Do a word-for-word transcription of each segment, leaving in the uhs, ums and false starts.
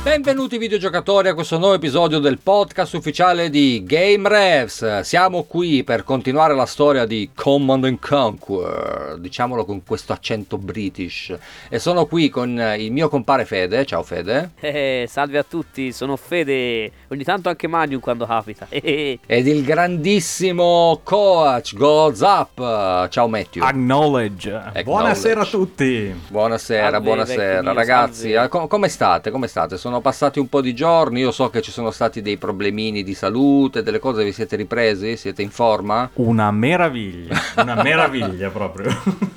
Benvenuti videogiocatori a questo nuovo episodio del podcast ufficiale di GameRevs. Siamo qui per continuare la storia di Command and Conquer, diciamolo con questo accento british. E sono qui con il mio compare Fede. Ciao Fede. Eh, salve a tutti, sono Fede. Ogni tanto anche Magnum quando capita. Ed il grandissimo coach Gods Up. Ciao Matthew. Acknowledge. Acknowledge. Buonasera a tutti. Buonasera, Salve, buonasera mio, ragazzi. salve. Com- come state? Come state? Sono passati un po' di giorni. Io so che ci sono stati dei problemini di salute, delle cose. Vi siete ripresi? Siete in forma? Una meraviglia, una meraviglia proprio.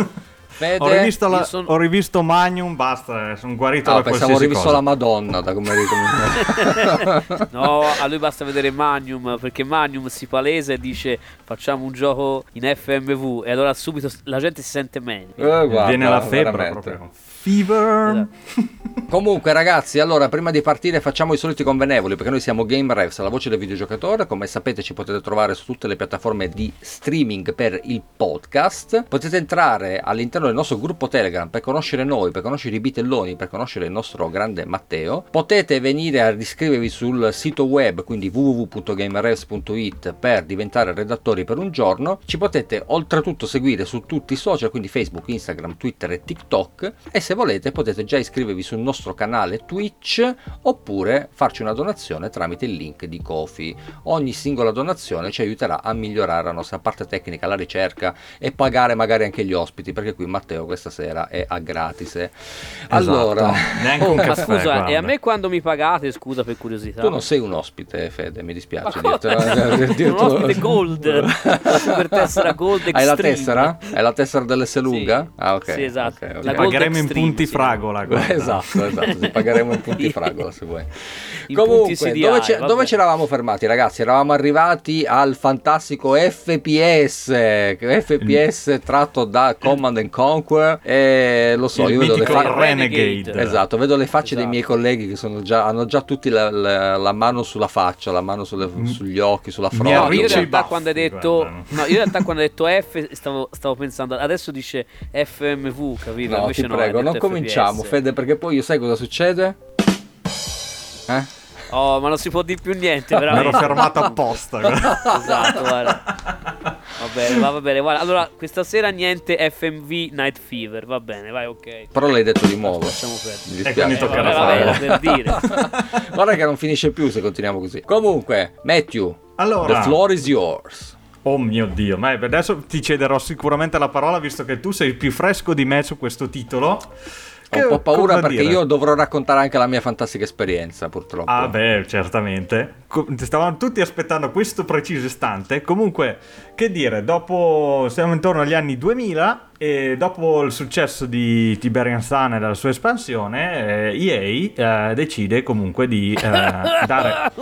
Fede? Ho rivisto, la, sono... ho rivisto Magnum, basta, sono guarito No, da pensavo ho qualsiasi rivisto cosa. la Madonna da come ricominciare. No, a lui basta vedere Magnum, perché Magnum si palesa e dice facciamo un gioco in F M V e allora subito la gente si sente meglio. Eh, guarda, Viene la febbre veramente. proprio. Fever. Comunque ragazzi, allora prima di partire facciamo i soliti convenevoli, perché noi siamo GameRevs, la voce del videogiocatore. Come sapete ci potete trovare su tutte le piattaforme di streaming per il podcast. Potete entrare all'interno del nostro gruppo Telegram per conoscere noi, per conoscere i bitelloni, per conoscere il nostro grande Matteo. Potete venire a iscrivervi sul sito web, quindi w w w punto gamerevs punto it, per diventare redattori per un giorno. Ci potete oltretutto seguire su tutti i social, quindi Facebook, Instagram, Twitter e TikTok. E se volete potete già iscrivervi sul nostro canale Twitch oppure farci una donazione tramite il link di Ko-fi. Ogni singola donazione ci aiuterà a migliorare la nostra parte tecnica, la ricerca e pagare magari anche gli ospiti, perché qui Matteo questa sera è a gratis. Allora, Esatto. Neanche un Ma caffè, scusa, guarda. e a me quando mi pagate, scusa per curiosità? tu non sei un ospite Fede, mi dispiace Ma dirtelo. Sono un ospite gold, la super tessera gold extreme. Hai la tessera? Hai la tessera dell'S lunga? Sì. Ah ok. Sì, esatto. Ok, ok. La Ti Gold pagheremo in Extreme, punti sì. fragola. guarda. Esatto, esatto, ti pagheremo in punti fragola se vuoi. In Comunque, punti C D I, dove, c'è- vabbè. dove ci eravamo fermati ragazzi? Eravamo arrivati al fantastico F P S, che F P S tratto da Command and Conquer, e lo so, Il io vedo le mitico facce. Renegade. Esatto, vedo le facce dei Esatto. miei colleghi che sono già, hanno già tutti la, la- la mano sulla faccia, la mano sulle- sugli occhi, sulla Mi fronte. No, io in arricci i realtà baffi, quando hai detto guarda. no, io in realtà quando hai detto F stavo, stavo pensando adesso dice F M V, capito? No, Invece ti no, prego, hai non detto cominciamo F P S. Fede, perché poi io sai cosa succede? Eh? Oh, ma non si può dire più niente, Mi veramente. ero fermato apposta. guarda. Esatto, guarda. Va bene, va, va bene, guarda. Allora, questa sera niente F M V Night Fever, va bene, vai, ok. Però l'hai detto di nuovo. Lasciamo perdere. Mi E quindi dispiace. tocca Eh, da vabbè, fare. era per dire. Guarda che non finisce più se continuiamo così. Comunque, Matthew, Allora. the floor is yours. Oh mio Dio, ma adesso ti cederò sicuramente la parola, visto che tu sei più fresco di me su questo titolo. Ho un po' paura cosa perché dire? io dovrò raccontare anche la mia fantastica esperienza, purtroppo. Ah beh, certamente. Co- Stavamo tutti aspettando questo preciso istante. Comunque, che dire, dopo siamo intorno agli anni duemila e dopo il successo di Tiberian Sun e della sua espansione, eh, E A eh, decide comunque di eh, dare...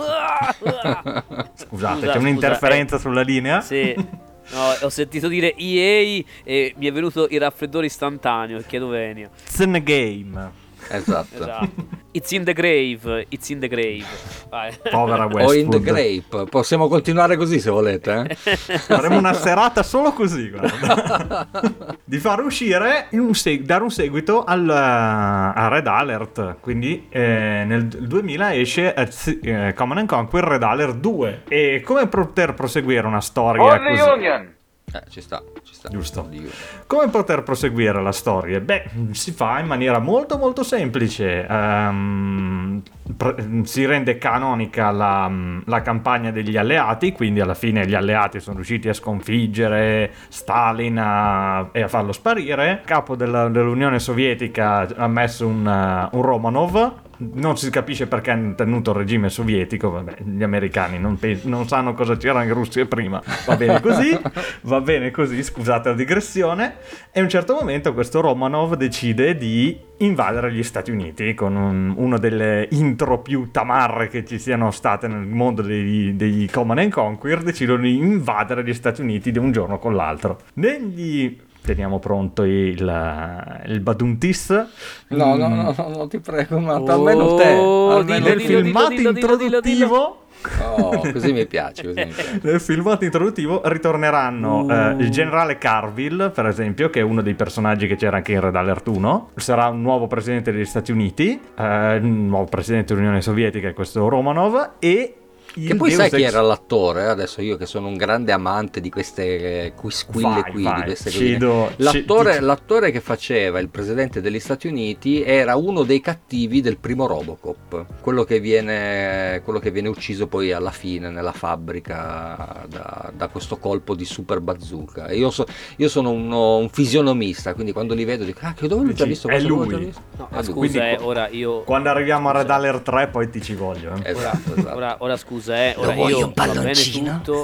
Scusate, Scusa, c'è un'interferenza scusa, sulla linea? Sì. No, ho sentito dire E A e mi è venuto il raffreddore istantaneo e chiedo venia. It's in a game. Esatto. Esatto. It's in the grave, it's in the grave. Vai. Povera O in the Westwood. grape. Possiamo continuare così se volete. Eh? Faremo una serata solo così, guarda. Di far uscire un seg- dare un seguito al, a Red Alert. Quindi eh, nel duemila esce eh, Z- eh, Command and Conquer Red Alert due. E come poter proseguire una storia così? Eh, ci sta, ci sta. Giusto. Oddio. Come poter proseguire la storia? Beh, si fa in maniera molto molto semplice. Ehm, pre- si rende canonica la, la campagna degli alleati, quindi alla fine gli alleati sono riusciti a sconfiggere Stalin a- e a farlo sparire. Il capo della- dell'Unione Sovietica ha messo un, uh, un Romanov. Non si capisce perché hanno tenuto il regime sovietico, vabbè, gli americani non, pe- non sanno cosa c'era in Russia prima, va bene così, va bene così, scusate la digressione, e a un certo momento questo Romanov decide di invadere gli Stati Uniti con un- una delle intro più tamarre che ci siano state nel mondo dei, dei Command and Conquer, decidono di invadere gli Stati Uniti di un giorno con l'altro. Negli... Teniamo pronto il, il baduntis. No, no, no, no, no, ti prego, ma almeno te. Oh, Almeno dillo, Nel te. dillo, filmato dillo, dillo, dillo, dillo. introduttivo Oh, così mi piace, così mi piace. Nel filmato introduttivo ritorneranno Uh. eh, il generale Carville, per esempio, che è uno dei personaggi che c'era anche in Red Alert uno. Sarà un nuovo presidente degli Stati Uniti, eh, un nuovo presidente dell'Unione Sovietica, questo Romanov, e il Che poi Deus sai chi Ex- era l'attore? Adesso io che sono un grande amante di queste eh, quisquille Vai, qui, vai, di queste ci cosine. do- ci- L'attore, ti- l'attore che faceva il presidente degli Stati Uniti era uno dei cattivi del primo Robocop, quello che viene, quello che viene ucciso poi alla fine nella fabbrica da, da questo colpo di super bazooka. E io, so- io sono uno- un fisionomista, quindi quando li vedo dico, ah, che dove l'ho già Dici, visto? è Cosa l'ho lui. già visto?" No, È ma lui. scusa, Quindi eh, qu- ora io. Quando arriviamo a scusa. Red Alert tre poi ti ci voglio. eh. Esatto, esatto. Ora, ora scusa, eh, Lo ora vuoi io un va bene palloncino? tutto.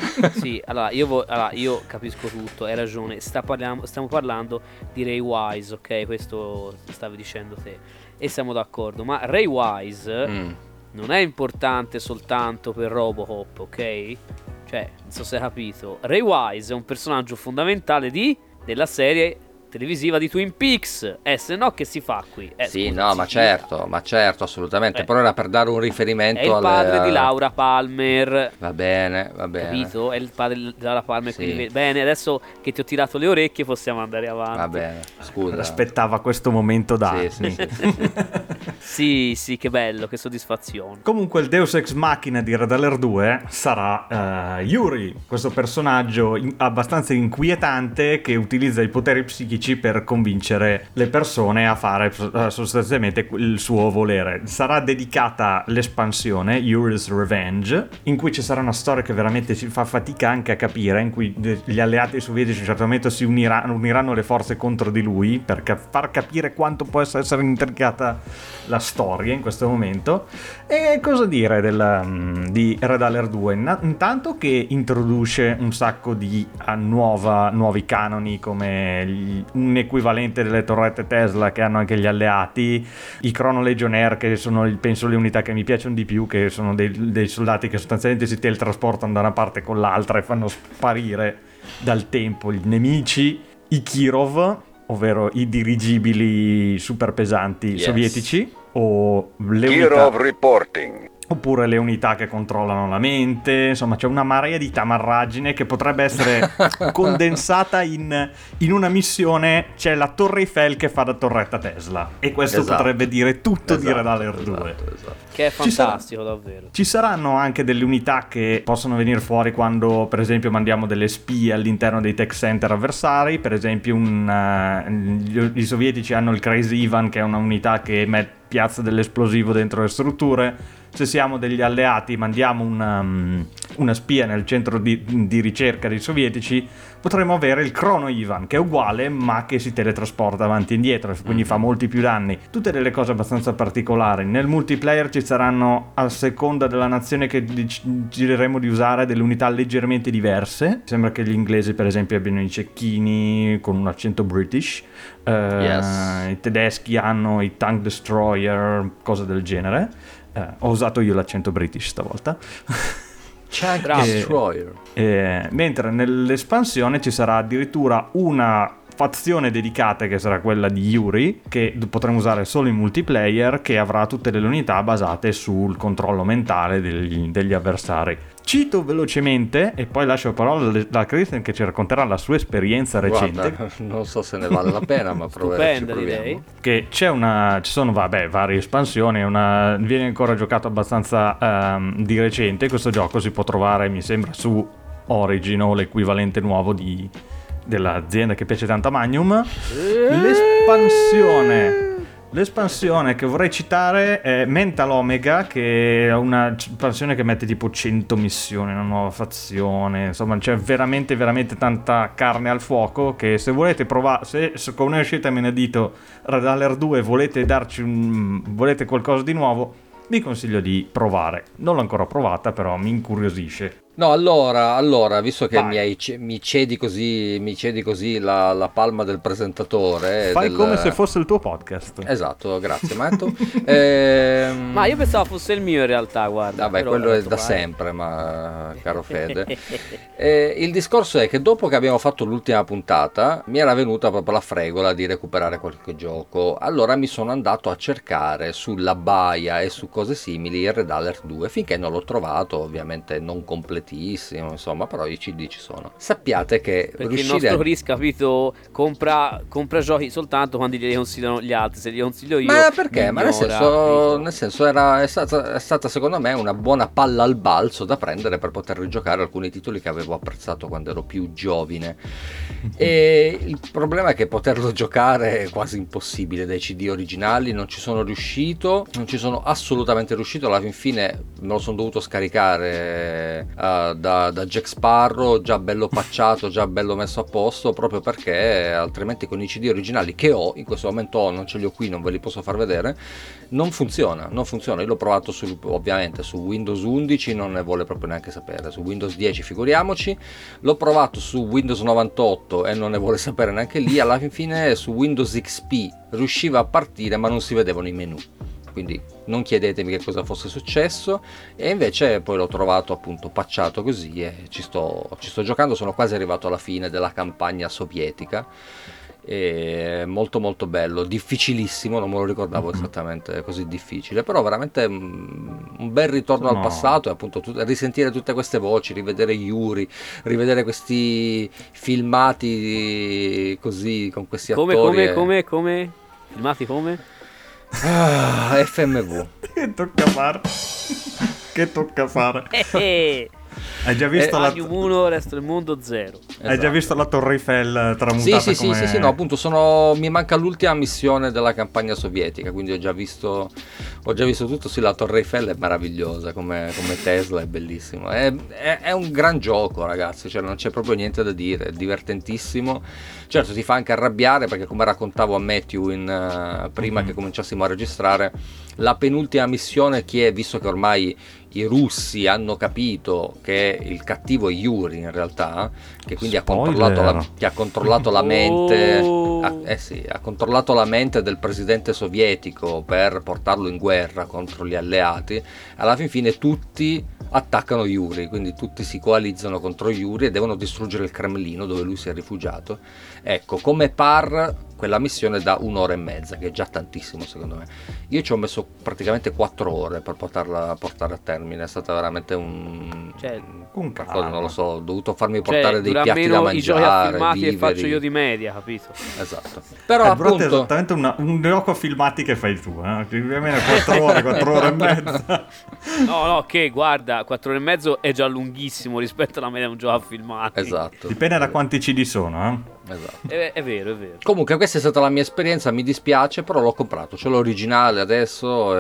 Sì, allora io, vo- allora io capisco tutto, hai ragione. Sta parliamo- stiamo parlando di Ray Wise, ok? Questo stavi dicendo te. E siamo d'accordo. Ma Ray Wise Mm. non è importante soltanto per Robocop, ok? Cioè, non so se hai capito. Ray Wise è un personaggio fondamentale di della serie televisiva di Twin Peaks. Eh, se no che si fa qui? Eh, Sì, scusa, no, si ma gira. certo, ma certo, assolutamente. Eh. Però era per dare un riferimento È il alle- padre di Laura Palmer. Va bene, va bene. Capito? È il padre di Laura Palmer. Sì. quindi- Bene, adesso che ti ho tirato le orecchie possiamo andare avanti. Va bene, scusa. Aspettava questo momento da Sì, anni. sì, sì. Sì, sì, che bello, che soddisfazione. Comunque il Deus Ex Machina di Red Alert due sarà eh, Yuri, questo personaggio in- abbastanza inquietante che utilizza i poteri psichici per convincere le persone a fare eh, sostanzialmente il suo volere. Sarà dedicata l'espansione Yuri's Revenge, in cui ci sarà una storia che veramente si fa fatica anche a capire, in cui de- gli alleati sovietici a un certo momento si uniranno, uniranno le forze contro di lui per ca- far capire quanto può essere intricata la storia in questo momento. E cosa dire del, mm, di Red Alert due? Inna- intanto che introduce un sacco di ah, nuova, nuovi canoni, come gli- un equivalente delle torrette Tesla che hanno anche gli alleati, i Chrono Legionnaire, che sono il- penso le unità che mi piacciono di più, che sono dei, dei soldati che sostanzialmente si teletrasportano da una parte con l'altra e fanno sparire dal tempo i nemici, i Kirov, ovvero i dirigibili super pesanti Yes. sovietici, o le Kirov unità, reporting. oppure le unità che controllano la mente. Insomma, c'è una marea di tamarragine che potrebbe essere condensata in, in una missione. C'è la Torre Eiffel che fa da torretta Tesla, e questo Esatto. potrebbe dire tutto di Esatto, Red Alert due. esatto, esatto. Che è Ci sarà- fantastico, davvero. Ci saranno anche delle unità che possono venire fuori quando, per esempio, mandiamo delle spie all'interno dei tech center avversari. Per esempio, un, eh, gli- i sovietici hanno il Crazy Ivan, che è una unità che met- piazza dell'esplosivo dentro le strutture. Se siamo degli alleati, mandiamo una, um, una spia nel centro di, di ricerca dei sovietici, potremo avere il Chrono Ivan, che è uguale ma che si teletrasporta avanti e indietro, quindi fa molti più danni. Tutte delle cose abbastanza particolari. Nel multiplayer ci saranno, a seconda della nazione che decideremo di usare, delle unità leggermente diverse. Sembra che gli inglesi, per esempio, abbiano i cecchini con un accento british. Eh, Yes. I tedeschi hanno i tank destroyer, cose del genere. Eh, ho usato io l'accento british stavolta. Chunk Bravo. Destroyer. Eh, mentre nell'espansione ci sarà addirittura una fazione dedicata, che sarà quella di Yuri, che potremo usare solo in multiplayer, che avrà tutte le unità basate sul controllo mentale degli, degli avversari. Cito velocemente e poi lascio la parola a Christian, che ci racconterà la sua esperienza recente. Guarda, non so se ne vale la pena, ma proveremo. Stupenda, direi. Che c'è una, ci sono vabbè, varie espansioni, una, viene ancora giocato abbastanza ehm, di recente. Questo gioco si può trovare, mi sembra, su Origin, o l'equivalente nuovo di, dell'azienda che piace tanto a Magnum. L'espansione L'espansione che vorrei citare è Mental Omega, che è una espansione che mette tipo cento missioni, una nuova fazione. Insomma, c'è veramente veramente tanta carne al fuoco, che se volete provare, se, se conoscete a menadito Red Alert due, volete darci un volete qualcosa di nuovo, vi consiglio di provare. Non l'ho ancora provata, però mi incuriosisce. No, allora, allora, visto che Vai. mi, hai, ce- mi cedi così, mi cedi così la, la palma del presentatore. Fai del- come se fosse il tuo podcast. Esatto, grazie Matto. Ehm, Ma io pensavo fosse il mio in realtà, guarda. Vabbè, però quello ho è detto, da vai. sempre, ma caro Fede. Eh, il discorso è che dopo che abbiamo fatto l'ultima puntata mi era venuta proprio la fregola di recuperare qualche gioco. Allora mi sono andato a cercare sulla baia e su cose simili il Red Alert due, finché non l'ho trovato, ovviamente non completissimo, insomma, però i C D ci sono. Sappiate che Perché il riuscire nostro a... Chris, capito, compra, compra giochi soltanto quando glieli consigliano gli altri. Se li consiglio io, Ma perché? mi Ma nel ignora, senso, capito? nel senso era, è, stata, è stata secondo me una buona palla al balzo da prendere per poter rigiocare alcuni titoli che avevo apprezzato quando ero più giovine. E il problema è che poterlo giocare è quasi impossibile dai C D originali, non ci sono riuscito, non ci sono assolutamente riuscito. Alla fin fine me lo sono dovuto scaricare uh, da, da Jack Sparrow, già bello pacciato, già bello messo a posto, proprio perché altrimenti con i C D originali che ho, in questo momento ho, non ce li ho qui, non ve li posso far vedere, non funziona, non funziona. Io l'ho provato sul, ovviamente su Windows undici, non ne vuole proprio neanche sapere, su Windows dieci figuriamoci, l'ho provato su Windows novantotto e non ne vuole sapere neanche lì. Alla fine su Windows X P riusciva a partire ma non si vedevano i menu, quindi non chiedetemi che cosa fosse successo. E invece poi l'ho trovato appunto patchato così e ci sto, ci sto giocando. Sono quasi arrivato alla fine della campagna sovietica. E molto molto bello, difficilissimo, non me lo ricordavo esattamente così difficile, però veramente un, un bel ritorno No. al passato, e appunto tu, risentire tutte queste voci, rivedere Yuri, rivedere questi filmati così con questi Come, attori. come, e- come, come? Filmati come? Ah, F M V. Che tocca fare? Che tocca fare? Eh, eh. Hai già visto la Magnum uno, resto del mondo zero. Hai già Esatto. visto la Torre Eiffel tramutata Sì, sì, sì, come... sì, sì, no, appunto sono, mi manca l'ultima missione della campagna sovietica, quindi ho già visto, ho già visto tutto. Sì, la Torre Eiffel è meravigliosa come, come Tesla, è bellissimo, è, è, è un gran gioco, ragazzi, cioè non c'è proprio niente da dire, è divertentissimo. Certo, ti fa anche arrabbiare perché, come raccontavo a Matthew in, uh, prima Mhm. che cominciassimo a registrare, la penultima missione, che è, visto che ormai i russi hanno capito che il cattivo è Yuri in realtà, che quindi ha Spoiler. controllato, la, che ha controllato la mente, Oh. ha, eh sì, ha controllato la mente del presidente sovietico per portarlo in guerra contro gli alleati. Alla fin fine tutti attaccano Yuri, quindi tutti si coalizzano contro Yuri e devono distruggere il Cremlino dove lui si è rifugiato. Ecco, come par quella missione da un'ora e mezza, che è già tantissimo secondo me. Io ci ho messo praticamente quattro ore per poterla portare a termine, è stata veramente un... Cioè, Un qualcosa, cavolo. non lo so, ho dovuto farmi portare Cioè, dei dura piatti da meno i giochi a mangiare, filmati che viveri. faccio io di media, capito? Esatto. Però È durato appunto... esattamente una- un gioco a filmati che fai tu, eh? Che più o meno quattro ore, quattro ore e mezza. No, no, che guarda, quattro ore e mezzo è già lunghissimo rispetto alla media di un gioco a filmati. Esatto. Dipende da quanti C D sono, eh? Esatto. È, è vero, è vero. Comunque questa è stata la mia esperienza, mi dispiace, però l'ho comprato, c'è l'originale adesso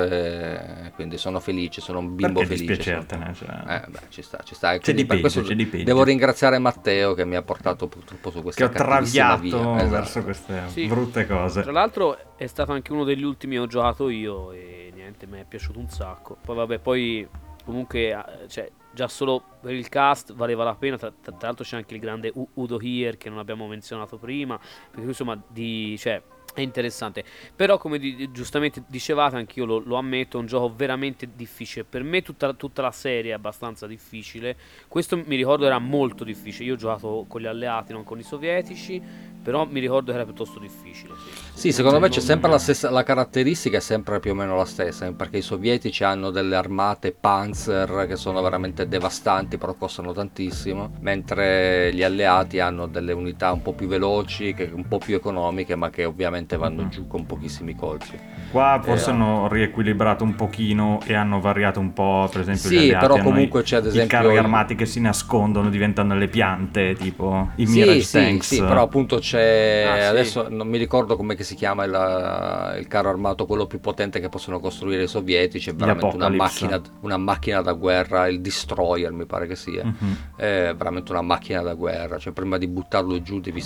e quindi sono felice, sono un bimbo Perché felice. dispiacertene? Cioè... Eh beh, ci sta, ci sta. E C'è quindi di per peggio, questo c'è di peggio. devo ringraziare Matteo che mi ha portato purtroppo su Che questa ho cattivissima traviato via. Esatto. verso queste Sì. brutte cose. Tra l'altro è stato anche uno degli ultimi che ho giocato io e niente, mi è piaciuto un sacco. Poi vabbè, poi comunque, eh, cioè, già solo per il cast valeva la pena. Tra, tra l'altro c'è anche il grande U- Udo Hier che non abbiamo menzionato prima, perché insomma di, cioè, è interessante. Però come di, giustamente dicevate, anch'io lo, lo ammetto, è un gioco veramente difficile. Per me tutta, tutta la serie è abbastanza difficile. Questo mi ricordo era molto difficile. Io ho giocato con gli alleati, non con i sovietici, però mi ricordo che era piuttosto difficile. Sì, Sì, secondo me Non- c'è sempre la stessa, la caratteristica è sempre più o meno la stessa, eh, perché i sovietici hanno delle armate Panzer che sono veramente devastanti, però costano tantissimo, mentre gli alleati hanno delle unità un po' più veloci, che, un po' più economiche, ma che ovviamente vanno giù con pochissimi colpi. Qua forse Eh, hanno riequilibrato un pochino e hanno variato un po', per esempio Sì, gli alleati però hanno comunque i, c'è, ad i esempio, carri il- armati che si nascondono, diventano le piante, tipo i Sì, Mirage sì, Tanks. sì, però appunto c'è, Ah, sì. adesso non mi ricordo come che si chiama il, il carro armato, quello più potente che possono costruire i sovietici, è veramente una Apocalypse. macchina, una macchina da guerra, il Destroyer mi pare che sia, Mhm. è veramente una macchina da guerra, cioè prima di buttarlo giù devi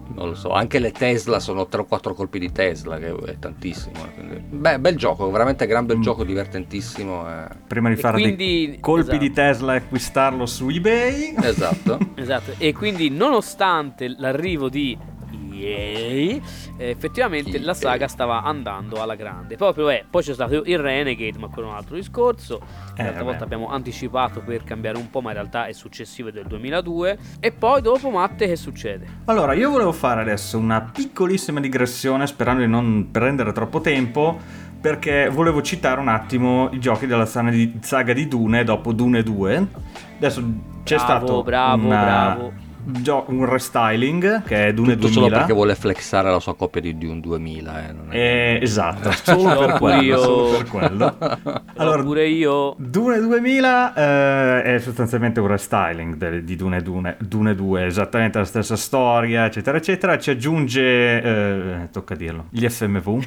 Non lo so, anche le Tesla sono tre o quattro colpi di Tesla, che è tantissimo. Quindi... Beh, bel gioco, veramente gran bel mm. gioco, divertentissimo. Eh. Prima di e fare quindi, dei colpi esatto. di Tesla e acquistarlo su eBay. Esatto. Esatto, e quindi nonostante l'arrivo di Yay, effettivamente Yay. La saga stava andando alla grande. Proprio è, poi c'è stato il Renegade, ma quello è un altro discorso. L'altra eh, volta beh. abbiamo anticipato per cambiare un po', ma in realtà è successivo, è del duemiladue. E poi dopo, Matte, che succede? Allora, io volevo fare adesso una piccolissima digressione, sperando di non prendere troppo tempo, perché volevo citare un attimo i giochi della saga di Dune dopo Dune due. Adesso c'è bravo, stato bravo, una... bravo. un restyling che è Dune Tutto duemila, solo perché vuole flexare la sua copia di Dune duemila, eh, non è... eh, esatto, solo per quello, io. solo per quello. Allora, pure io. Dune duemila eh, è sostanzialmente un restyling de, di Dune, Dune Dune due, esattamente la stessa storia, eccetera eccetera. Ci aggiunge eh, tocca dirlo, gli F M V.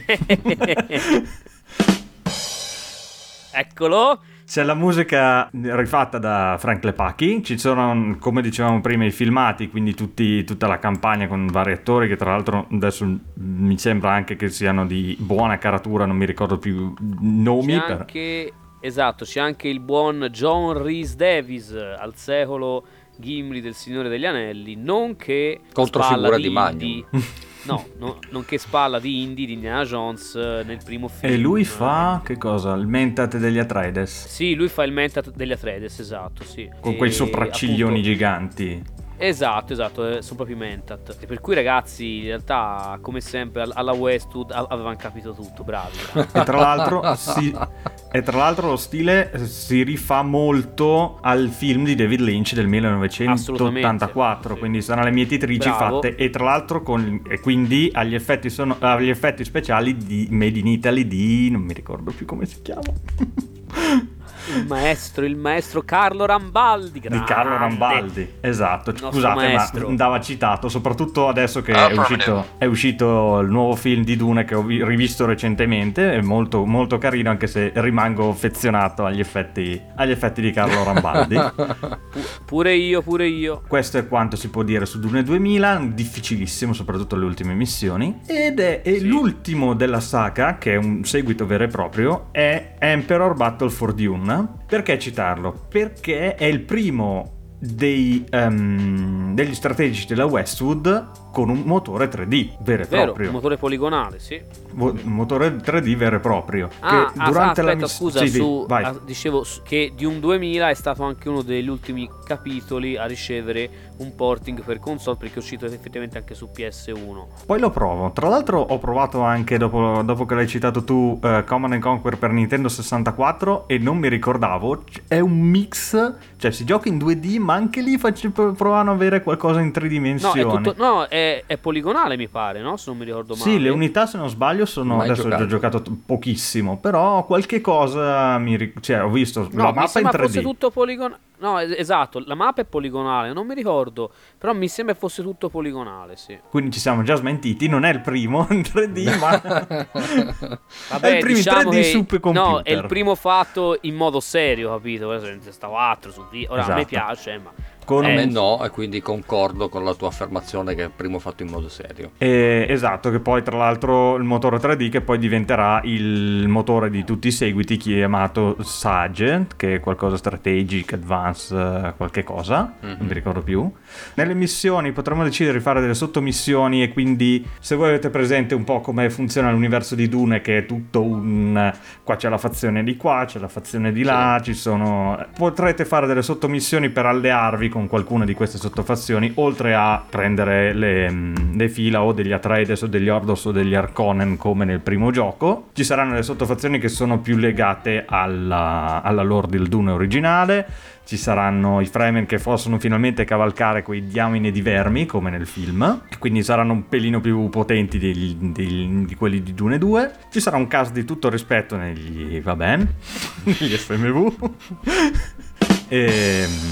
Eccolo. C'è la musica rifatta da Frank Lepaki, ci sono, come dicevamo prima, i filmati, quindi tutti, tutta la campagna con vari attori che tra l'altro adesso mi sembra anche che siano di buona caratura, non mi ricordo più nomi. C'è per... anche, esatto, c'è anche il buon John Rhys Davies al secolo Gimli del Signore degli Anelli, nonché controfigura di, di Magnum. No, no, nonché spalla di Indy di Indiana Jones nel primo film. E lui fa che cosa? Il Mentat degli Atreides? Sì, lui fa il Mentat degli Atreides, esatto, sì. Con e, quei sopracciglioni appunto, giganti. Esatto, esatto, eh, sono proprio i Mentat. E per cui ragazzi, in realtà, come sempre, alla Westwood avevano capito tutto, bravi. bravi. E tra l'altro si, e tra l'altro lo stile si rifà molto al film di David Lynch del millenovecentottantaquattro, sì. Quindi saranno le mietitrici Bravo. fatte, e tra l'altro con, e quindi agli effetti, sono, agli effetti speciali di Made in Italy di... non mi ricordo più come si chiama. Il maestro, il maestro Carlo Rambaldi. Grande. Di Carlo Rambaldi, esatto. Scusate, maestro. ma andava citato, soprattutto adesso che è uscito, è uscito il nuovo film di Dune che ho rivisto recentemente. È molto, molto carino, anche se rimango affezionato agli effetti, agli effetti di Carlo Rambaldi. Pu- pure io, pure io. Questo è quanto si può dire su Dune duemila, difficilissimo, soprattutto le ultime missioni. Ed è, è sì. L'ultimo della saga, che è un seguito vero e proprio, è Emperor Battle for Dune. Perché citarlo? Perché è il primo dei, um, degli strategici della Westwood con un motore tre D vero e Vero, proprio. Un motore poligonale, sì. Un motore tre D vero e proprio. Ah, che durante ah, la aspetta, miss- scusa, sì, su, sì, ah, dicevo che Dune duemila è stato anche uno degli ultimi capitoli a ricevere un porting per console, perché è uscito effettivamente anche su P S uno. Poi lo provo. Tra l'altro ho provato anche, dopo, dopo che l'hai citato tu, uh, Command and Conquer per Nintendo sessantaquattro, e non mi ricordavo. È un mix, cioè si gioca in due D, ma anche lì faccio, provano ad avere qualcosa in tre dimensioni. No, è, tutto, no è, è poligonale, mi pare, no? Se non mi ricordo male. Sì, le unità, se non sbaglio, sono... Mai adesso giocato. ho giocato pochissimo, però qualche cosa mi ric- cioè ho visto no, la mappa in tre D. fosse tutto poligonale. No, es- esatto, la mappa è poligonale, non mi ricordo, però mi sembra fosse tutto poligonale, sì. Quindi ci siamo già smentiti, non è il primo in tre D, ma Vabbè, è il primo diciamo in tre D che... su computer. No, è il primo fatto in modo serio, capito? Sta quattro su D. Ora Esatto. a me piace, ma Con A Eh, me no, e quindi concordo con la tua affermazione che è il primo fatto in modo serio. Eh, esatto, che poi tra l'altro il motore tre D che poi diventerà il motore di tutti i seguiti chiamato Sage, che è qualcosa strategic, advance, eh, qualche cosa, Mm-hmm. non mi ricordo più. Nelle missioni potremmo decidere di fare delle sottomissioni, e quindi se voi avete presente un po' come funziona l'universo di Dune, che è tutto un... qua c'è la fazione di qua, c'è la fazione di là, ci sono... potrete fare delle sottomissioni per allearvi con qualcuna di queste sottofazioni, oltre a prendere le, le fila o degli Atreides o degli Ordos o degli Harkonnen come nel primo gioco. Ci saranno le sottofazioni che sono più legate alla, alla lore del Dune originale. Ci saranno i Fremen che possono finalmente cavalcare quei diamine di vermi come nel film, quindi saranno un pelino più potenti degli, degli, di quelli di Dune due. Ci sarà un cast di tutto rispetto negli, va bene, negli F M V. E,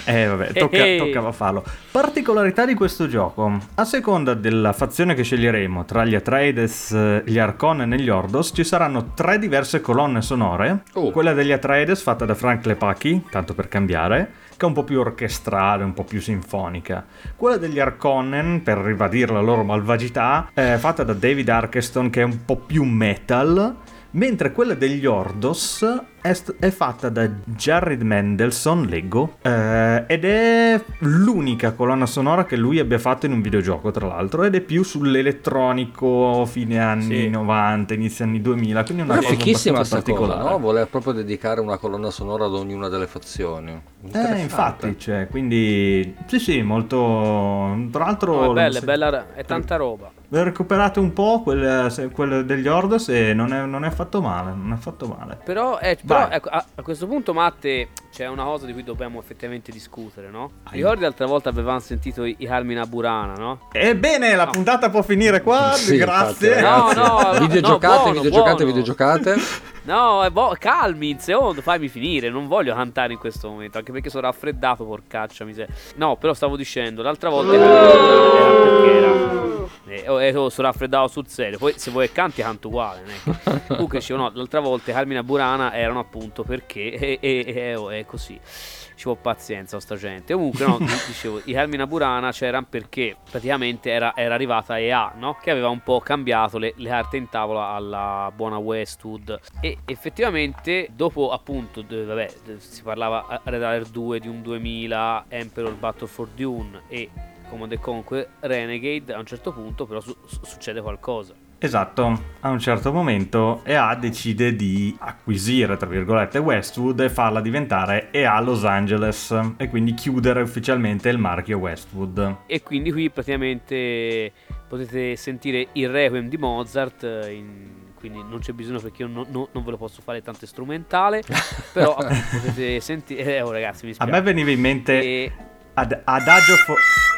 Eh vabbè, tocca, Eh, eh. toccava farlo. Particolarità di questo gioco: a seconda della fazione che sceglieremo, tra gli Atreides, gli Harkonnen e gli Ordos, ci saranno tre diverse colonne sonore. Oh. Quella degli Atreides fatta da Frank Lepaki, tanto per cambiare, che è un po' più orchestrale, un po' più sinfonica. Quella degli Harkonnen, per ribadire la loro malvagità, è fatta da David Arkenstone, che è un po' più metal. Mentre quella degli Ordos è, st- è fatta da Jared Mendelsohn, leggo, eh, ed è l'unica colonna sonora che lui abbia fatto in un videogioco, tra l'altro, ed è più sull'elettronico fine anni Sì. novanta, inizio anni duemila, quindi è una È cosa fichissima abbastanza sta cosa, particolare. no? Voler proprio dedicare una colonna sonora ad ognuna delle fazioni. Eh, Interessante. infatti, cioè, quindi sì, sì, molto. Tra l'altro, No, è bella, se- è bella, è tanta roba. recuperate un po' quelle, se- quelle degli Ordos e non è, non è affatto male, non è affatto male. Però, eh, però Vai. ecco, a, a questo punto, Matte, c'è una cosa di cui dobbiamo effettivamente discutere, no? Ai. Ricordi l'altra volta avevamo sentito i, i Carmina Burana, no? Ebbene, la No. puntata può finire qua, Sì, grazie. infatti, No, ragazzi. no, videogiocate, no, buono, videogiocate, buono. videogiocate. No, è bo- calmi, in secondo, fammi finire. Non voglio cantare in questo momento, anche perché sono raffreddato, porcaccia miseria. No, però stavo dicendo, l'altra volta i Carmina Burana era perché era. Eh, oh, eh, oh, sono raffreddato sul serio. Poi se vuoi che canti, canto uguale. Non è che- Comunque dicevo, no, l'altra volta i Carmina Burana erano appunto perché. E, e, e- oh, è così. Ci vuole pazienza a sta gente. Comunque, no, dicevo, i Carmina Burana c'erano perché praticamente era, era arrivata E A, no? Che aveva un po' cambiato le, le carte in tavola alla buona Westwood. E effettivamente, dopo appunto, d- vabbè, d- si parlava a Red Alert due di un duemila, Emperor Battle for Dune e Command and Conquer Renegade, a un certo punto però su- su- succede qualcosa. Esatto, a un certo momento E A decide di acquisire, tra virgolette, Westwood e farla diventare E A Los Angeles e quindi chiudere ufficialmente il marchio Westwood. E quindi qui praticamente potete sentire il Requiem di Mozart, eh, in- quindi non c'è bisogno perché io non, non- non ve lo posso fare tanto strumentale, però appunto, potete sentire. Eh, oh ragazzi, mi A spiace. me veniva in mente E- ad- Adagio for...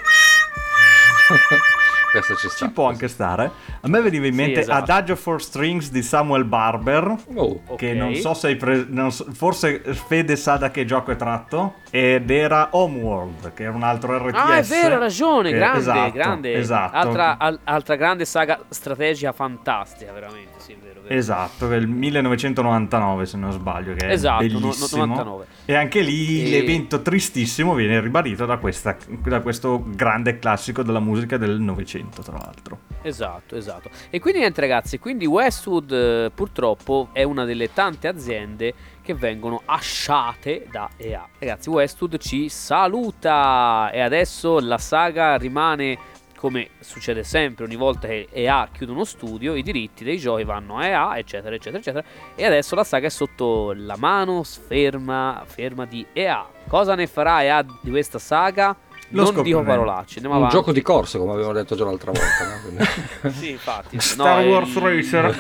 Questo ci sta. Ci può anche stare. A me veniva in Sì, mente esatto. Adagio for Strings di Samuel Barber, Oh. che Ok. non so se hai pre- non so- forse Fede sa da che gioco è tratto, ed era Homeworld, che era un altro R T S. Ah, è vero, ha ragione, che- grande, esatto, grande. esatto. Altra, al- altra grande saga strategica fantastica, veramente, sì, è vero, vero. Esatto, che è il millenovecentonovantanove se non sbaglio, che è Esatto, no- no- bellissimo. novantanove. E anche lì E- l'evento tristissimo viene ribadito da, questa, da questo grande classico della musica del Novecento, tra l'altro. Esatto, esatto. E quindi niente ragazzi, quindi Westwood eh, purtroppo è una delle tante aziende che vengono asciate da E A. Ragazzi, Westwood ci saluta e adesso la saga rimane, come succede sempre ogni volta che E A chiude uno studio, i diritti dei giochi vanno a E A, eccetera, eccetera, eccetera. E adesso la saga è sotto la mano ferma, ferma di E A. Cosa ne farà E A di questa saga? Lo Non dico scopriremo. parolacce, andiamo Un avanti. gioco di corse, come abbiamo detto già l'altra volta, no? Quindi- Sì, infatti. Star No, Wars i- Racer.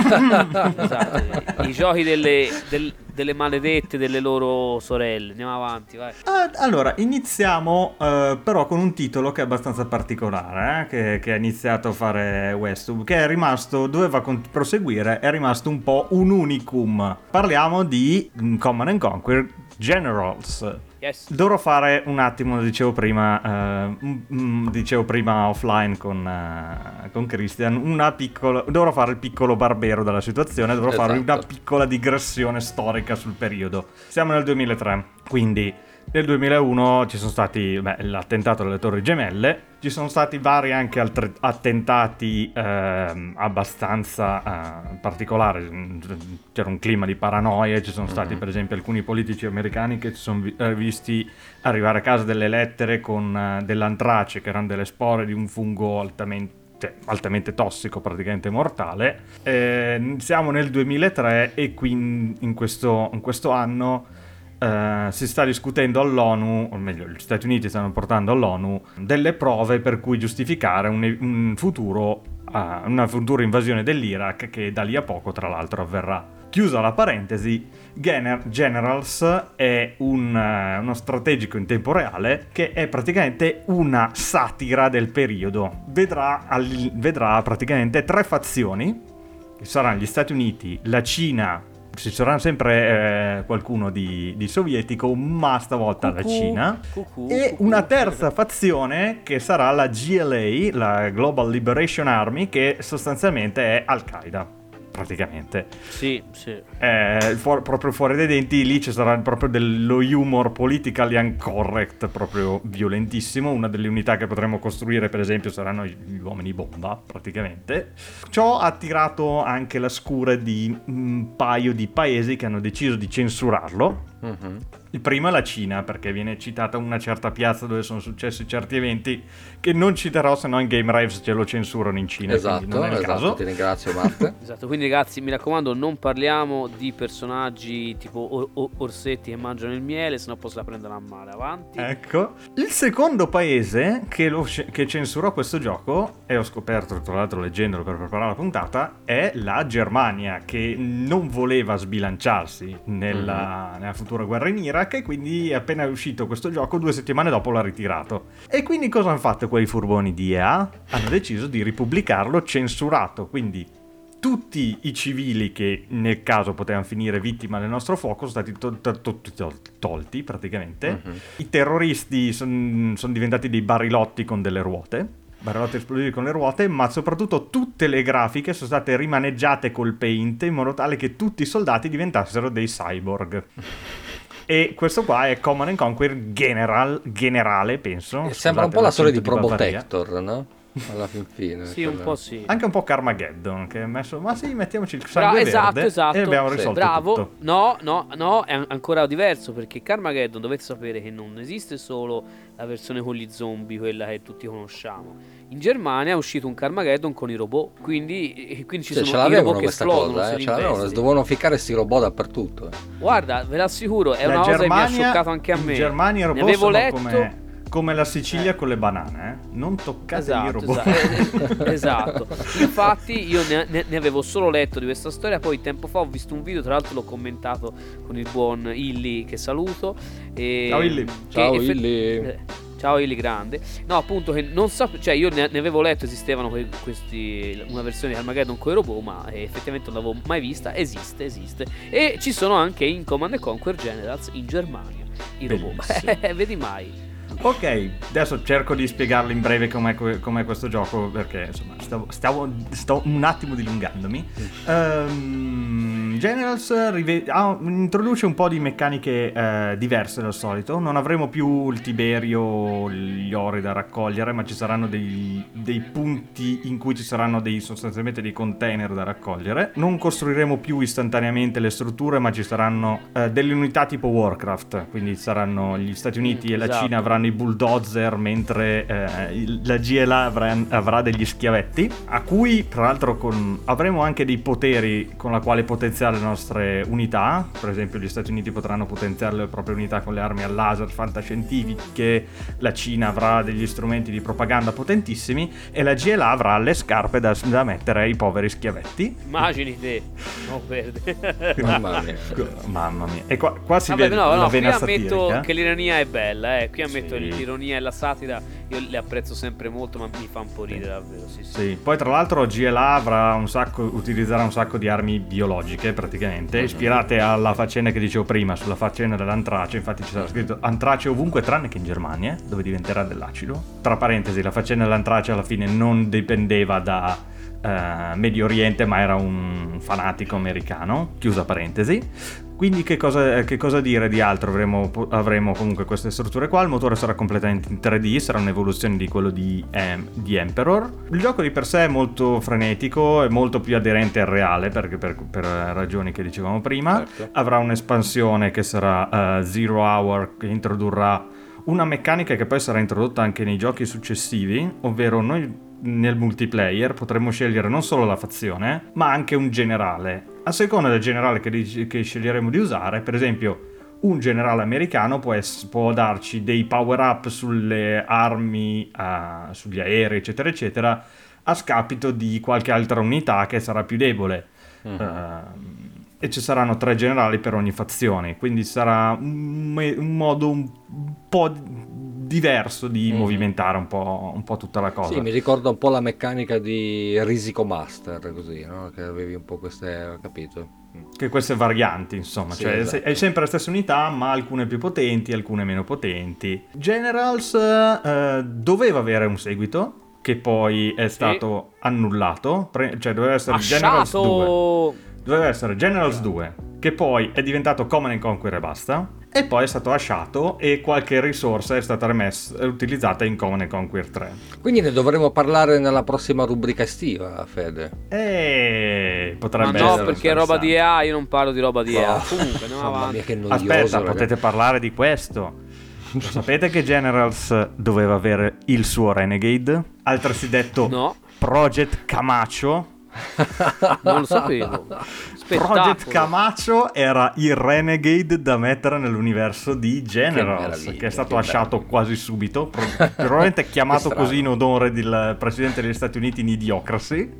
Esatto, i giochi delle, del- delle maledette delle loro sorelle. Andiamo avanti, vai. Ah, allora, iniziamo eh, però con un titolo che è abbastanza particolare, eh, che, che ha iniziato a fare Westwood, che è rimasto, doveva con- proseguire, è rimasto un po' un unicum. Parliamo di mm, Command and Conquer Generals. Yes. Dovrò fare un attimo, lo dicevo prima, eh, mm, mm, dicevo prima offline con, eh, con Christian, una piccola, dovrò fare il piccolo barbero della situazione, dovrò fare Esatto. una piccola digressione storica sul periodo. Siamo nel duemilatré, quindi nel duemilauno ci sono stati beh, l'attentato alle Torri Gemelle, ci sono stati vari anche altri attentati ehm, abbastanza eh, particolari, c'era un clima di paranoia, ci sono stati per esempio alcuni politici americani che si sono vi- eh, visti arrivare a casa delle lettere con eh, dell'antrace, che erano delle spore di un fungo altamente cioè, altamente tossico, praticamente mortale. Eh, siamo nel duemilatré e qui in, in questo, in questo anno eh, si sta discutendo all'ONU, o meglio gli Stati Uniti stanno portando all'ONU delle prove per cui giustificare un, un futuro, uh, una futura invasione dell'Iraq che da lì a poco tra l'altro avverrà. Chiusa la parentesi, Gener- Generals è un, uh, uno strategico in tempo reale che è praticamente una satira del periodo. Vedrà, al- vedrà praticamente tre fazioni, che saranno gli Stati Uniti, la Cina ci sarà sempre eh, qualcuno di, di sovietico, ma stavolta Cucù, la Cina. cucù, E cucù. una terza fazione che sarà la G L A, la Global Liberation Army, che sostanzialmente è Al-Qaeda. Praticamente Sì, sì. eh, fu- proprio fuori dai denti lì ci sarà proprio dello humor politically incorrect proprio violentissimo. Una delle unità che potremo costruire per esempio saranno gli uomini bomba praticamente. Ciò ha attirato anche la scure di un paio di paesi che hanno deciso di censurarlo. Mhm. Il primo è la Cina, perché viene citata una certa piazza dove sono successi certi eventi che non citerò, se no in Game Raves ce lo censurano in Cina, quindi Esatto, non è il esatto, caso. ti ringrazio Matt. Esatto, quindi ragazzi mi raccomando non parliamo di personaggi tipo or- or- orsetti che mangiano il miele, sennò poi se la prendono a male. Avanti. Ecco, il secondo paese che, lo, che censurò questo gioco, e ho scoperto tra l'altro leggendolo per preparare la puntata, è la Germania, che non voleva sbilanciarsi nella, nella futura guerra in Iraq, e quindi appena è uscito questo gioco due settimane dopo l'ha ritirato. E quindi cosa hanno fatto quei furboni di E A? Hanno deciso di ripubblicarlo censurato, quindi tutti i civili che nel caso potevano finire vittima del nostro fuoco sono stati to- to- to- to- tolti praticamente. Mhm. I terroristi sono son diventati dei barilotti con delle ruote, barilotti esplosivi con le ruote, ma soprattutto tutte le grafiche sono state rimaneggiate col paint in modo tale che tutti i soldati diventassero dei cyborg. E questo qua è Command and Conquer General, generale, penso. E sembra un Scusate po' la la storia di finta Probotector, barbaria. no? Alla fin fine. Sì, un quella- po' sì. Anche un po' Carmageddon, che è messo, ma sì, mettiamoci il Bra- sangue esatto, verde esatto. e abbiamo Sì. risolto Bravo. tutto. No, no, no, è an- ancora diverso perché Carmageddon dovete sapere che non esiste solo la versione con gli zombie, quella che tutti conosciamo. In Germania è uscito un Carmageddon con i robot, quindi, e quindi ci Sì, ce sono i l'avevano robot che questa esplodono, cosa, se eh? li Ce l'avevano, investi. dovevano ficcare sti robot dappertutto. eh. Guarda, ve l'assicuro, è La una cosa che mi ha Germania- scioccato anche a me. In Germania i Ne robot avevo sono letto... come, come la Sicilia con le banane, eh? Non toccate i Esatto, robot. esatto, esatto. Infatti io ne, ne- ne avevo solo letto di questa storia, poi tempo fa ho visto un video, tra l'altro l'ho commentato con il buon Illy, che saluto. E Ciao, Illy. che Ciao, effe- Illy. eh, Ciao Illy grande. No, appunto che non sapevo, cioè io ne, ne avevo letto, esistevano que- questi, una versione di Armageddon con i robot, ma eh, effettivamente non l'avevo mai vista. Esiste, esiste. E ci sono anche in Command and Conquer Generals in Germania i robot. Bellissimo. Vedi mai. Ok, adesso cerco di spiegarlo in breve com'è, que- com'è questo gioco, perché insomma stavo, stavo- sto un attimo dilungandomi. Ehm, Generals rive- ah, introduce un po' di meccaniche eh, diverse dal solito. Non avremo più il Tiberio, gli ori da raccogliere, ma ci saranno dei, dei punti in cui ci saranno dei, sostanzialmente dei container da raccogliere. Non costruiremo più istantaneamente le strutture, ma ci saranno eh, delle unità tipo Warcraft, quindi saranno gli Stati Uniti Mm, e la esatto. Cina avranno i bulldozer, mentre eh, il- la G L A avrà, avrà degli schiavetti, a cui tra l'altro con, avremo anche dei poteri con la quale potenziare le nostre unità. Per esempio gli Stati Uniti potranno potenziare le proprie unità con le armi al laser fantascientifiche, la Cina avrà degli strumenti di propaganda potentissimi e la G L A avrà le scarpe da, da mettere ai poveri schiavetti. Immagini te. No, verde. Mamma mia. Mamma mia. E qua, qua si Vabbè, vede no, la no, qui vena ammetto satirica. che l'ironia è bella, eh. Qui ammetto Sì. che l'ironia e la satira io le apprezzo sempre molto, ma mi fa un po' ridere davvero, sì, sì. Sì, poi tra l'altro G L A avrà un sacco, utilizzerà un sacco di armi biologiche praticamente, ispirate alla faccenda che dicevo prima, sulla faccenda dell'antrace. Infatti ci sarà scritto antrace ovunque tranne che in Germania, dove diventerà dell'acido. Tra parentesi, la faccenda dell'antrace alla fine non dipendeva da eh, Medio Oriente, ma era un fanatico americano, chiusa parentesi. Quindi che cosa, che cosa dire di altro? Avremo, avremo comunque queste strutture qua. Il motore sarà completamente in tre D, sarà un'evoluzione di quello di, em, di Emperor. Il gioco di per sé è molto frenetico, è molto più aderente al reale, perché per, per ragioni che dicevamo prima. Certo. Avrà un'espansione che sarà uh, Zero Hour, che introdurrà una meccanica che poi sarà introdotta anche nei giochi successivi, ovvero noi nel multiplayer potremmo scegliere non solo la fazione, ma anche un generale. A seconda del generale che, dic- che sceglieremo di usare, per esempio un generale americano può, ess- può darci dei power up sulle armi, uh, sugli aerei eccetera eccetera, a scapito di qualche altra unità che sarà più debole. Mhm. Uh, e ci saranno tre generali per ogni fazione, quindi sarà un, me- un modo un po' diverso di Mhm. movimentare un po', un po' tutta la cosa. Sì, mi ricorda un po' la meccanica di Risico Master, così, no? Che avevi un po' queste, ho capito. che queste varianti, insomma, Sì, cioè esatto. è sempre la stessa unità, ma alcune più potenti, alcune meno potenti. Generals eh, doveva avere un seguito, che poi è stato annullato, pre- cioè doveva essere Generals due. Lasciato! Doveva essere Generals due, che poi è diventato Command and Conquer e basta, e poi è stato lasciato e qualche risorsa è stata rimessa, utilizzata in Command and Conquer tre. Quindi ne dovremo parlare nella prossima rubrica estiva, Fede. E Ma potrebbe no, essere perché è roba di interessante. E A, io non parlo di roba di E A. Oh, Comunque, andiamo mamma avanti. mia, che noioso, Aspetta, ragazzi. potete parlare di questo. Lo sapete che Generals doveva avere il suo Renegade? Altresì detto No, Project Camacho. non lo sapevo. Spettacolo. Project Camacho era il Renegade da mettere nell'universo di Generals, meraviglia, che, è stato che lasciato bello. quasi subito, pro- probabilmente chiamato Che così in strano. onore del presidente degli Stati Uniti in Idiocracy.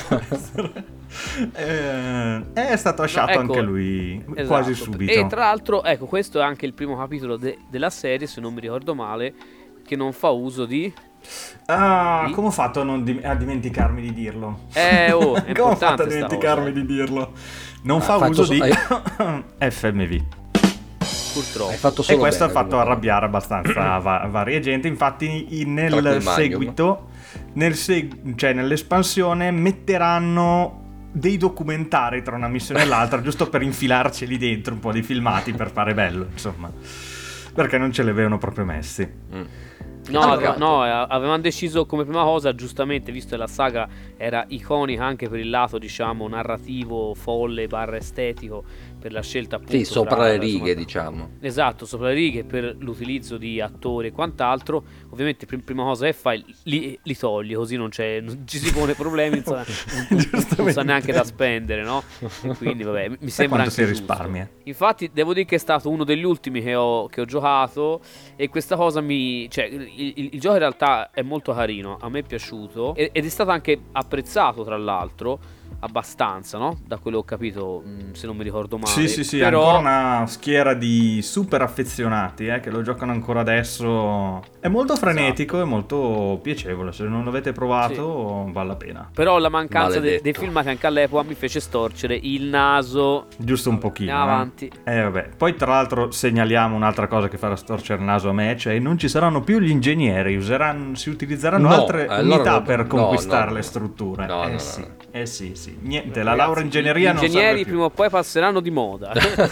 Eh, è stato lasciato ecco, anche lui Esatto. quasi subito. E tra l'altro, ecco, questo è anche il primo capitolo de- della serie, se non mi ricordo male, che non fa uso di... Ah, Sì? come ho fatto a, non dim- a dimenticarmi di dirlo? Eh, oh, è come ho fatto importante a sta dimenticarmi cosa, di dirlo? Non Ha fa fatto uso so- di hai- F M V. purtroppo. Hai fatto E solo questo bene, ha fatto comunque. arrabbiare abbastanza va- varie gente. Infatti, in- Tra cui nel il Magnum. seguito, nel seg- cioè nell'espansione, metteranno dei documentari tra una missione e l'altra, giusto per infilarceli dentro un po' di filmati per fare bello, insomma, perché non ce li avevano proprio messi. Mm. No, Allora, ave- no, eh, avevamo deciso come prima cosa, giustamente, visto che la saga era iconica anche per il lato, diciamo, narrativo, folle, barra estetico, per la scelta appunto Sì, sopra fra- le righe, insomma, diciamo. esatto, sopra le righe, per l'utilizzo di attori e quant'altro. Ovviamente prim- prima cosa che fai, li, li togli, così non, c'è, non ci si pone problemi, insomma, non, non- non sa Giustamente. neanche da spendere, no? E quindi vabbè, mi sembra quanto anche si giusto. risparmia. Infatti devo dire che è stato uno degli ultimi che ho, che ho giocato, e questa cosa mi... cioè il, il- il gioco in realtà è molto carino, a me è piaciuto e- ed è stato anche apprezzato, tra l'altro, abbastanza, no? Da quello che ho capito, mh, se non mi ricordo male. Sì, sì, sì, Però... ancora una schiera di super affezionati eh, che lo giocano ancora adesso. È molto frenetico Esatto. e molto piacevole. Se non l'avete provato, vale la pena. Però la mancanza de- Maledetto. dei filmati anche all'epoca mi fece storcere il naso. Giusto un pochino. Andiamo eh. avanti. Eh, vabbè. Poi, tra l'altro, segnaliamo un'altra cosa che farà storcere il naso a me: cioè, non ci saranno più gli ingegneri, useranno, si utilizzeranno No, altre allora unità no, per no, conquistare no, le no. strutture. No, eh, no, no, sì. no. eh sì, sì. Niente, la Ragazzi, laurea in ingegneria gli non ingegneri serve più. prima o poi passeranno di moda.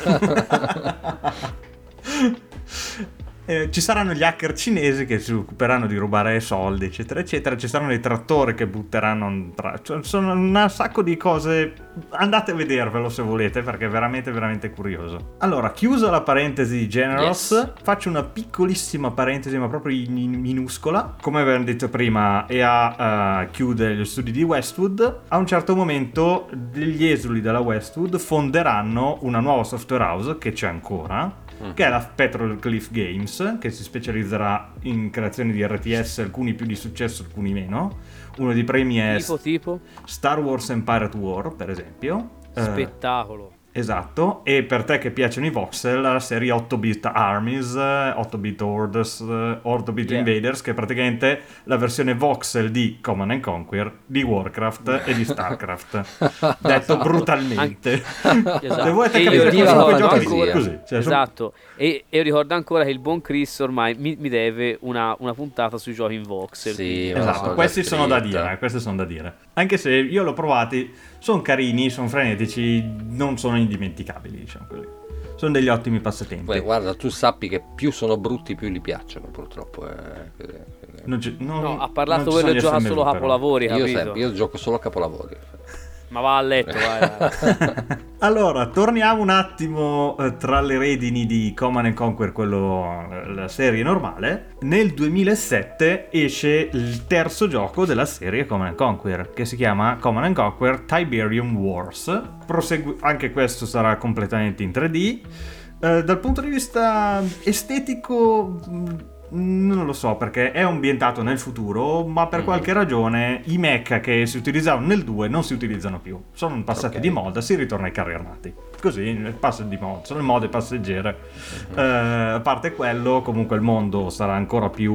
Eh, ci saranno gli hacker cinesi che si occuperanno di rubare soldi, eccetera, eccetera. Ci saranno i trattori che butteranno. Un tra... cioè, sono un sacco di cose. Andate a vedervelo se volete, perché è veramente, veramente curioso. Allora, chiusa la parentesi di Generals, Yes. faccio una piccolissima parentesi, ma proprio in- in minuscola. Come avevamo detto prima, E A eh, chiude gli studi di Westwood. A un certo momento, degli esuli della Westwood fonderanno una nuova software house che c'è ancora, che è la Petroglyph Games, che si specializzerà in creazioni di R T S, alcuni più di successo, alcuni meno. Uno dei premi è tipo, tipo, Star Wars and Pirate War, per esempio. Eh, spettacolo. esatto, e per te che piacciono i voxel, la serie otto bit Armies, eh, otto bit Orders, eh, otto bit Yeah. Invaders, che è praticamente la versione voxel di Command and Conquer, di Warcraft e di Starcraft. Detto brutalmente. Esatto. Se volete E io capire ricordo cosa sono quei ancora- giochi, così. Cioè, sono- Esatto, e, e io ricordo ancora che il buon Chris ormai mi, mi deve una, una puntata sui giochi in voxel. Sì, quindi- ma Esatto, sono già questi sono da scritte. dire, eh, questi sono da dire. Anche se io l'ho provati, sono carini, sono frenetici, non sono indimenticabili, diciamo così. Sono degli ottimi passatempi. Poi guarda, tu sappi che più sono brutti più gli piacciono, purtroppo. eh, quindi- quindi- Non ci- non- No, ha parlato non ci quello sono che gli gioca S M V, solo però. capolavori, Io, capito? sempre, io gioco solo a capolavori. Ma va a letto, vai, vai. Allora, torniamo un attimo eh, tra le redini di Command and Conquer, quello, eh, la serie normale. Nel duemilasette esce il terzo gioco della serie Command and Conquer, che si chiama Command and Conquer Tiberium Wars. Prosegu- anche questo sarà completamente in tre D. Eh, dal punto di vista estetico, mh, non lo so, perché è ambientato nel futuro, ma per Mm. qualche ragione i mecha che si utilizzavano nel due non si utilizzano più. Sono passati Ok. di moda, si ritorna ai carri armati. Così, passa di moda, sono le mode passeggere. Mhm. Eh, a parte quello, comunque il mondo sarà ancora più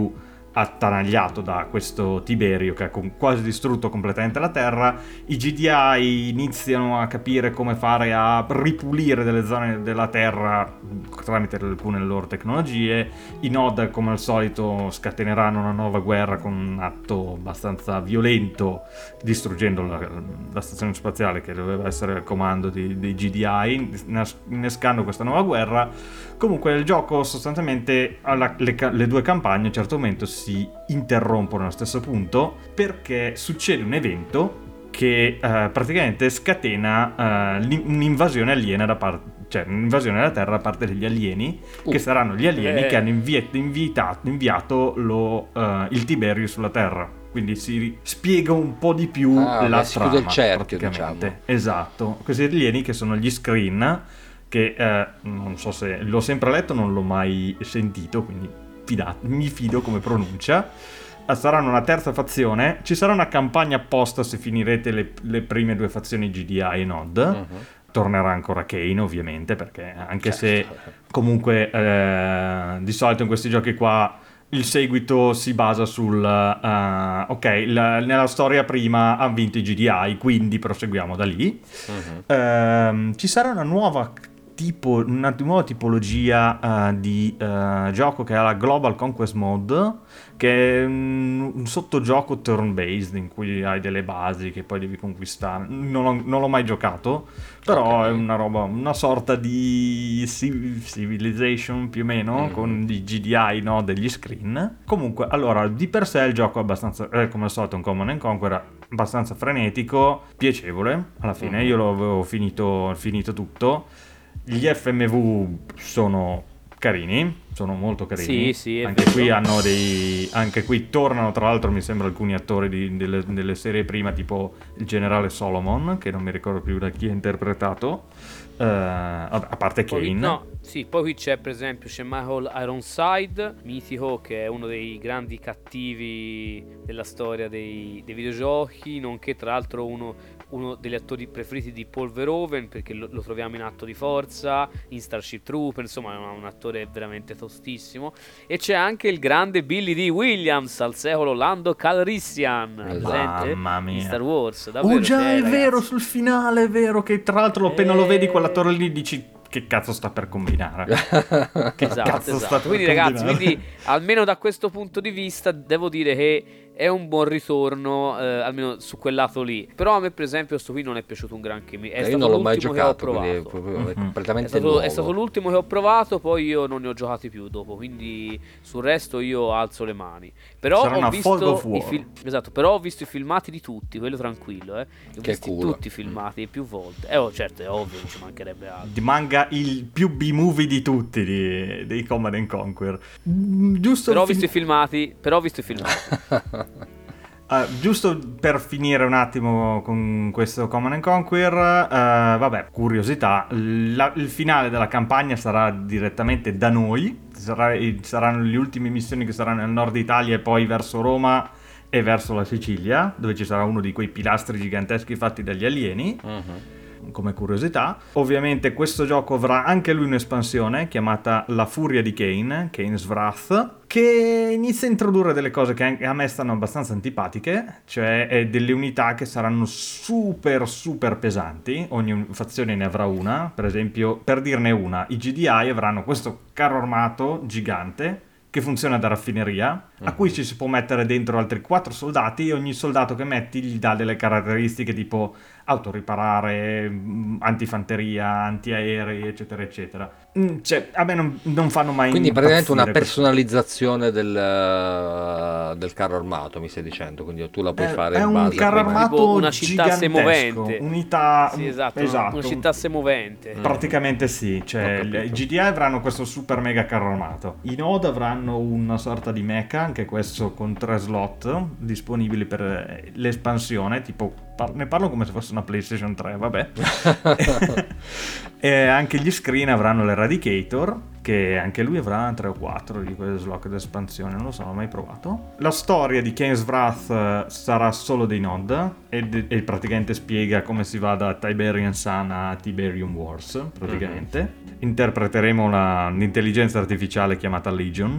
attanagliato da questo Tiberio che ha quasi distrutto completamente la Terra. I G D I iniziano a capire come fare a ripulire delle zone della Terra tramite alcune loro tecnologie. I Nod, come al solito, scateneranno una nuova guerra con un atto abbastanza violento, distruggendo la, la stazione spaziale che doveva essere al comando di, dei G D I, innescando questa nuova guerra. Comunque il gioco sostanzialmente alla, le, le due campagne a un certo momento si interrompono allo stesso punto, perché succede un evento che uh, praticamente scatena uh, un'invasione aliena da parte, cioè un'invasione della Terra da parte degli alieni, uh, che saranno gli alieni eh. che hanno invi- invitato, inviato lo, uh, il Tiberio sulla Terra. Quindi si spiega un po' di più ah, la trama, del cerchio, diciamo. Esatto, questi alieni che sono gli Screen, che eh, non so se l'ho sempre letto, non l'ho mai sentito, quindi fidato, mi fido come pronuncia. Saranno una terza fazione. Ci sarà una campagna apposta se finirete le, le prime due fazioni G D I e Nod. Uh-huh. Tornerà ancora Kane, ovviamente, perché anche certo. se comunque eh, di solito in questi giochi qua il seguito si basa sul uh, ok, la, nella storia prima ha vinto i G D I, quindi proseguiamo da lì. Uh-huh. Uh, ci sarà una nuova tipo, una nuova tipologia uh, di uh, gioco che è la Global Conquest Mode, che è un, un sottogioco turn-based in cui hai delle basi che poi devi conquistare. Non, ho, non l'ho mai giocato, però okay. è una roba, una sorta di Civilization più o meno, mm. con i G D I, no, degli Screen. Comunque, allora, di per sé il gioco è abbastanza, eh, come al solito un Command and Conquer, abbastanza frenetico, piacevole, alla fine. Mm. Io l'avevo finito, finito tutto. Gli F M V sono carini, sono molto carini. Sì, sì, anche vero. qui hanno dei anche qui tornano tra l'altro mi sembra alcuni attori di, delle, delle serie prima, tipo il generale Solomon, che non mi ricordo più da chi è interpretato, uh, a parte Kane. Poi, no, sì, poi qui c'è per esempio c'è Michael Ironside, mitico, che è uno dei grandi cattivi della storia dei, dei videogiochi, nonché tra l'altro uno uno degli attori preferiti di Paul Verhoeven, perché lo, lo troviamo in Atto di Forza, in Starship Trooper, insomma è un, un attore veramente tostissimo. E c'è anche il grande Billy D. Williams, al secolo Lando Calrissian, presente mamma mia, in Star Wars. Davvero, oh già, cioè, è ragazzi. vero, sul finale è vero che tra l'altro appena e... lo vedi quell'attore lì dici che cazzo sta per combinare. Che esatto, cazzo esatto. sta per Quindi combinare? ragazzi, quindi almeno da questo punto di vista devo dire che è un buon ritorno, eh, almeno su quel lato lì. Però a me per esempio questo qui non è piaciuto un granché. È eh, stato io non l'ho mai l'ultimo giocato, che ho quindi è, provato. proprio, è Mm-hmm. completamente è stato, nuovo. è stato l'ultimo che ho provato, poi io non ne ho giocati più dopo, quindi sul resto io alzo le mani. Però Sarà ho una visto Fog of i War. fil- esatto, però ho visto i filmati di tutti, quello tranquillo, eh. Li ho Che visti culo. tutti i filmati più volte. Eh, oh, certo, è ovvio, non ci mancherebbe altro. Di manga il più B-movie di tutti di, dei Command and Conquer. Mm, giusto Però ho fin- visto i filmati, però ho visto i filmati. Uh, giusto per finire un attimo con questo Command and Conquer, uh, vabbè, curiosità, la, il finale della campagna sarà direttamente da noi, sarà, saranno le ultime missioni che saranno nel nord Italia e poi verso Roma e verso la Sicilia, dove ci sarà uno di quei pilastri giganteschi fatti dagli alieni. Uh-huh. Come curiosità, ovviamente questo gioco avrà anche lui un'espansione chiamata La Furia di Kane, Kane's Wrath, che inizia a introdurre delle cose che a me stanno abbastanza antipatiche, cioè delle unità che saranno super super pesanti. Ogni fazione ne avrà una. Per esempio, per dirne una, i G D I avranno questo carro armato gigante che funziona da raffineria, uh-huh. a cui ci si può mettere dentro altri quattro soldati, e ogni soldato che metti gli dà delle caratteristiche tipo autoriparare, antifanteria, antiaerei, eccetera eccetera. Cioè, a me non, non fanno mai quindi praticamente una questo. personalizzazione del, uh, del carro armato, mi stai dicendo, quindi tu la puoi è, fare è in un base carro a come... armato tipo una città semovente, unità, sì, esatto, esatto, una città semovente. Praticamente sì, cioè i G D I avranno questo super mega carro armato, i Node avranno una sorta di mecha, anche questo con tre slot disponibili per l'espansione, tipo ne parlo come se fosse una PlayStation tre, vabbè. E anche gli Screen avranno l'Eradicator, che anche lui avrà tre o quattro di quelle slot d'espansione, non lo so, non ho mai provato. La storia di Kane's Wrath sarà solo dei Nod e, e praticamente spiega come si va da Tiberian Sun a Tiberium Wars, praticamente. Mm-hmm. Interpreteremo la, l'intelligenza artificiale chiamata Legion,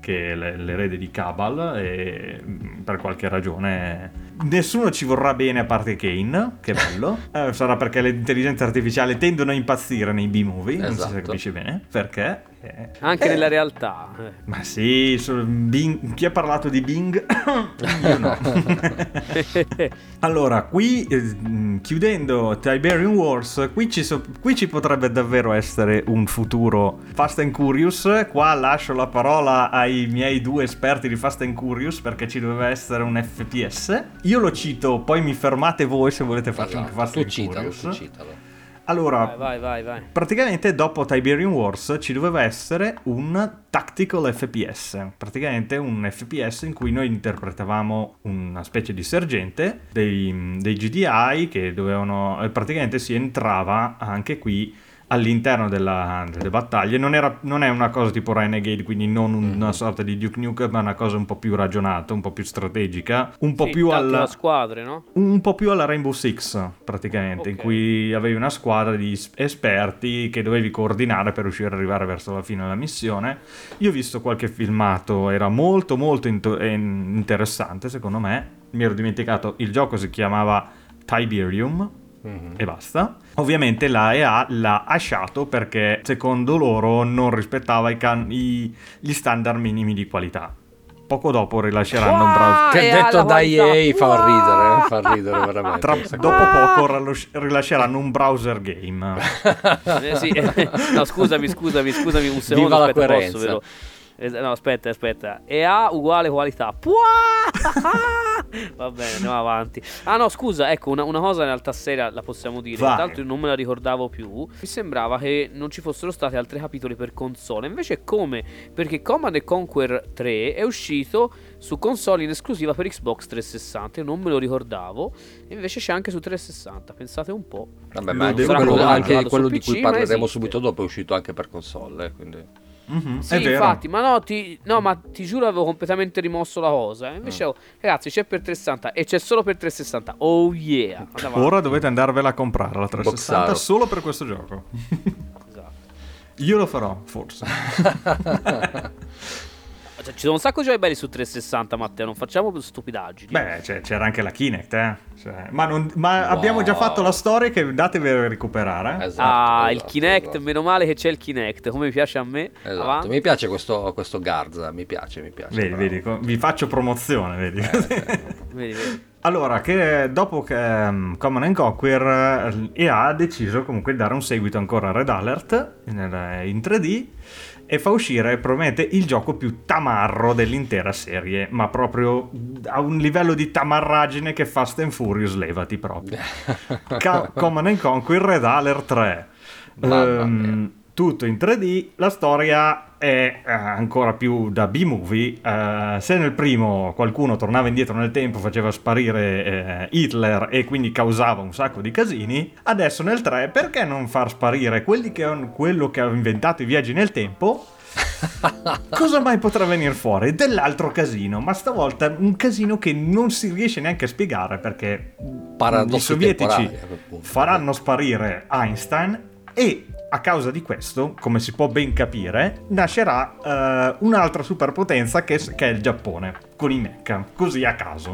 che è l'erede di Cabal, e per qualche ragione nessuno ci vorrà bene a parte Kane, che bello. eh, sarà perché le intelligenze artificiali tendono a impazzire nei B-movie, esatto. Non si capisce bene perché. Eh, Anche eh. nella realtà. Eh. Ma sì, su Bing, chi ha parlato di Bing? Io no. Allora, qui eh, chiudendo Tiberium Wars, qui ci, so, qui ci potrebbe davvero essere un futuro Fast and Curious. Qua lascio la parola ai miei due esperti di Fast and Curious, perché ci doveva essere un F P S. Io lo cito, poi mi fermate voi se volete farci esatto. un Fast tu and citalo, Curious. tu citalo. Allora, vai, vai, vai, vai. praticamente dopo Tiberium Wars ci doveva essere un Tactical F P S, praticamente un F P S in cui noi interpretavamo una specie di sergente dei, dei G D I che dovevano, praticamente si entrava anche qui all'interno della, delle battaglie. Non, era, non è una cosa tipo Renegade, quindi non una sorta di Duke Nukem, ma una cosa un po' più ragionata, un po' più strategica, un po' sì, più alla squadre, no? un po' più alla Rainbow Six praticamente, okay. In cui avevi una squadra di esperti che dovevi coordinare per riuscire ad arrivare verso la fine della missione. Io ho visto qualche filmato, era molto molto into- interessante secondo me. Mi ero dimenticato, il gioco si chiamava Tiberium. Mm-hmm. E basta. Ovviamente la E A l'ha asciato perché secondo loro non rispettava i can- i- gli standard minimi di qualità. Poco dopo rilasceranno un browser che detto da E A fa ridere, fa ridere veramente. Tra, dopo poco rilasceranno un browser game. eh, sì. No, scusami, scusami, scusami un secondo. Viva aspetta, la coerenza. Posso, no, aspetta, aspetta. E A uguale qualità. Va bene, andiamo avanti. Ah no, scusa, ecco, una, una cosa in realtà seria la possiamo dire. Vai. Intanto non me la ricordavo più. Mi sembrava che non ci fossero stati altri capitoli per console. Invece come? Perché Command and Conquer tre è uscito su console in esclusiva per Xbox trecentosessanta. Io non me lo ricordavo. E invece c'è anche su trecentosessanta. Pensate un po'. Vabbè, ma anche quello, quello, anche quello di P C, cui parleremo subito dopo è uscito anche per console, quindi... Mm-hmm, sì, infatti, ma no, ti, no, ma ti giuro avevo completamente rimosso la cosa. Invece, mm. oh, ragazzi, c'è per trecentosessanta e c'è solo per trecentosessanta. Oh yeah! Ora dovete andarvela a comprare la trecentosessanta Boxaro. Solo per questo gioco. Esatto. Io lo farò, forse. Cioè, ci sono un sacco di giochi belli su trecentosessanta, Matteo, non facciamo stupidaggini. Beh, cioè, c'era anche la Kinect, eh. Cioè, ma non, ma wow. Abbiamo già fatto la storia che datevi a recuperare. Esatto, ah, esatto, il Kinect, esatto. Meno male che c'è il Kinect, come mi piace a me. Esatto, avanti. Mi piace questo, questo Garza, mi piace, mi piace. Vedi, vedi, vi faccio promozione, vedi. Eh, vedi, vedi. Allora, che dopo che um, Command and Conquer E A ha deciso comunque di dare un seguito ancora a Red Alert in, in tre D e fa uscire probabilmente il gioco più tamarro dell'intera serie, ma proprio a un livello di tamarragine che Fast and Furious levati proprio. Ca- Command and Conquer Red Alert tre. Um, tutto in tre D, la storia è eh, ancora più da B-movie. Uh, se nel primo qualcuno tornava indietro nel tempo, faceva sparire eh, Hitler e quindi causava un sacco di casini, adesso nel tre perché non far sparire quelli che han, quello che ha inventato i viaggi nel tempo? Cosa mai potrà venire fuori? Dell'altro casino, ma stavolta un casino che non si riesce neanche a spiegare, perché i sovietici faranno sparire Einstein e a causa di questo, come si può ben capire, nascerà uh, un'altra superpotenza che, che è il Giappone, con i mecha, così a caso.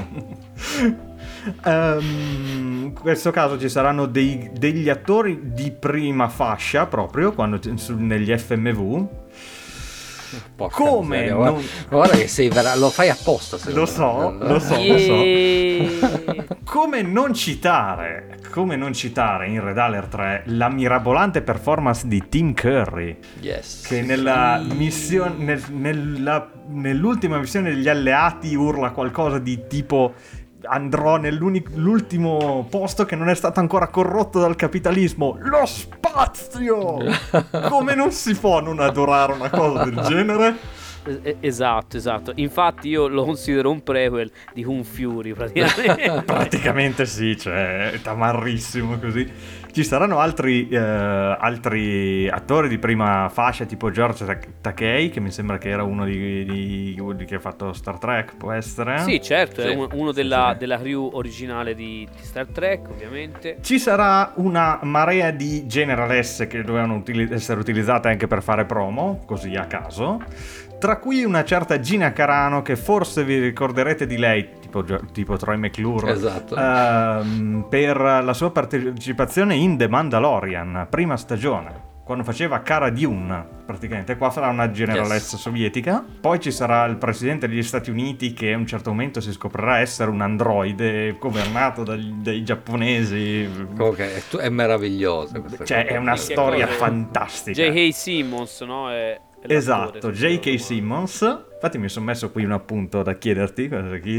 um, in questo caso ci saranno dei, degli attori di prima fascia, proprio, quando negli F M V. Porca come miseria, non... guarda, guarda che sei vera... lo fai apposta, lo so, me. lo so, yeah. lo so. Come non citare, come non citare in Red Alert tre la mirabolante performance di Tim Curry, yes. che nella missione, nel, nella, nell'ultima missione degli alleati urla qualcosa di tipo: andrò nell'ultimo posto che non è stato ancora corrotto dal capitalismo, lo spazio! Come non si può non adorare una cosa del genere? Esatto, esatto. Infatti io lo considero un prequel di Kung Fury praticamente. Praticamente sì, cioè è tamarrissimo così. Ci saranno altri, eh, altri attori di prima fascia, tipo George Takei, che mi sembra che era uno di, di, di che ha fatto Star Trek, può essere? Sì, certo, Sì. è un- uno della, sì. della crew originale di, di Star Trek, ovviamente. Ci sarà una marea di General S che dovevano utili- essere utilizzate anche per fare promo, così a caso. Tra cui una certa Gina Carano, che forse vi ricorderete di lei, tipo, tipo Troy McClure, Esatto. ehm, per la sua partecipazione in The Mandalorian, prima stagione, quando faceva Cara Dune. Praticamente qua sarà una generalessa Yes. sovietica. Poi ci sarà il presidente degli Stati Uniti, che a un certo momento si scoprirà essere un androide governato dagli- dai giapponesi. Ok, è, tu- è meravigliosa questa Cioè cosa. è una Sì, che storia cosa- fantastica. J K. Simmons, no? È, è l'attore, Esatto, se non J K. ricordo male. Simmons. Infatti mi sono messo qui un appunto da chiederti cosa chi.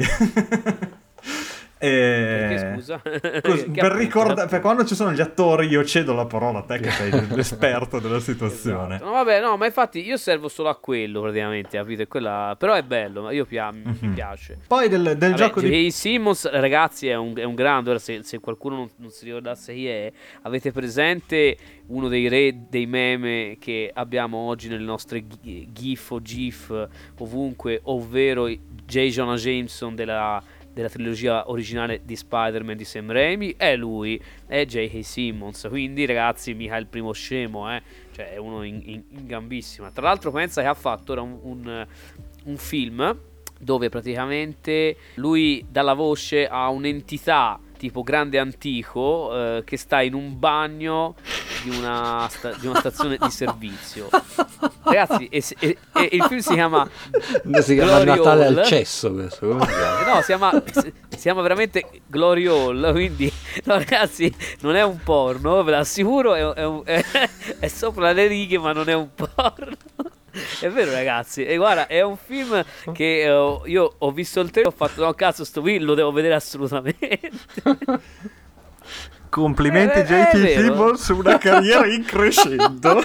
Perché, Eh, scusa? cos- Che per appunto? ricordare, per quando ci sono gli attori, io cedo la parola a te che sei l'esperto della situazione. Esatto. No, vabbè, no, ma infatti io servo solo a quello praticamente, capito? È quella... Però è bello, io pia- mi Mhm. piace. Poi del, del Vabbè, gioco di. J K. Simmons, ragazzi, è un, è un grande. Ora, se, se qualcuno non, non si ricordasse chi è, avete presente uno dei re dei meme che abbiamo oggi nelle nostre gi- GIF o GIF ovunque, ovvero J. Jonah Jameson della, della trilogia originale di Spider-Man di Sam Raimi? È lui, è J K. Simmons. Quindi, ragazzi, mica il primo scemo, eh. Cioè, è uno in, in, in gambissima. Tra l'altro, pensa che ha fatto ora un, un, un film dove praticamente lui dà la voce a un'entità tipo grande antico eh, che sta in un bagno di una, sta- di una stazione di servizio. Ragazzi, e, se- e- e il film si chiama Si chiama Glory Natale Hall. al cesso questo, come si chiama? No, si chiama, si si chiama veramente Glory Hall. Quindi, no, ragazzi, non è un porno, ve l'assicuro. È, è, un- è- è sopra le righe, ma non è un porno. È vero, ragazzi. E guarda, è un film che eh, io ho visto il trailer, ho fatto no cazzo, sto film lo devo vedere assolutamente. Complimenti Eh, J è K. vero. Simmons su una carriera in crescendo.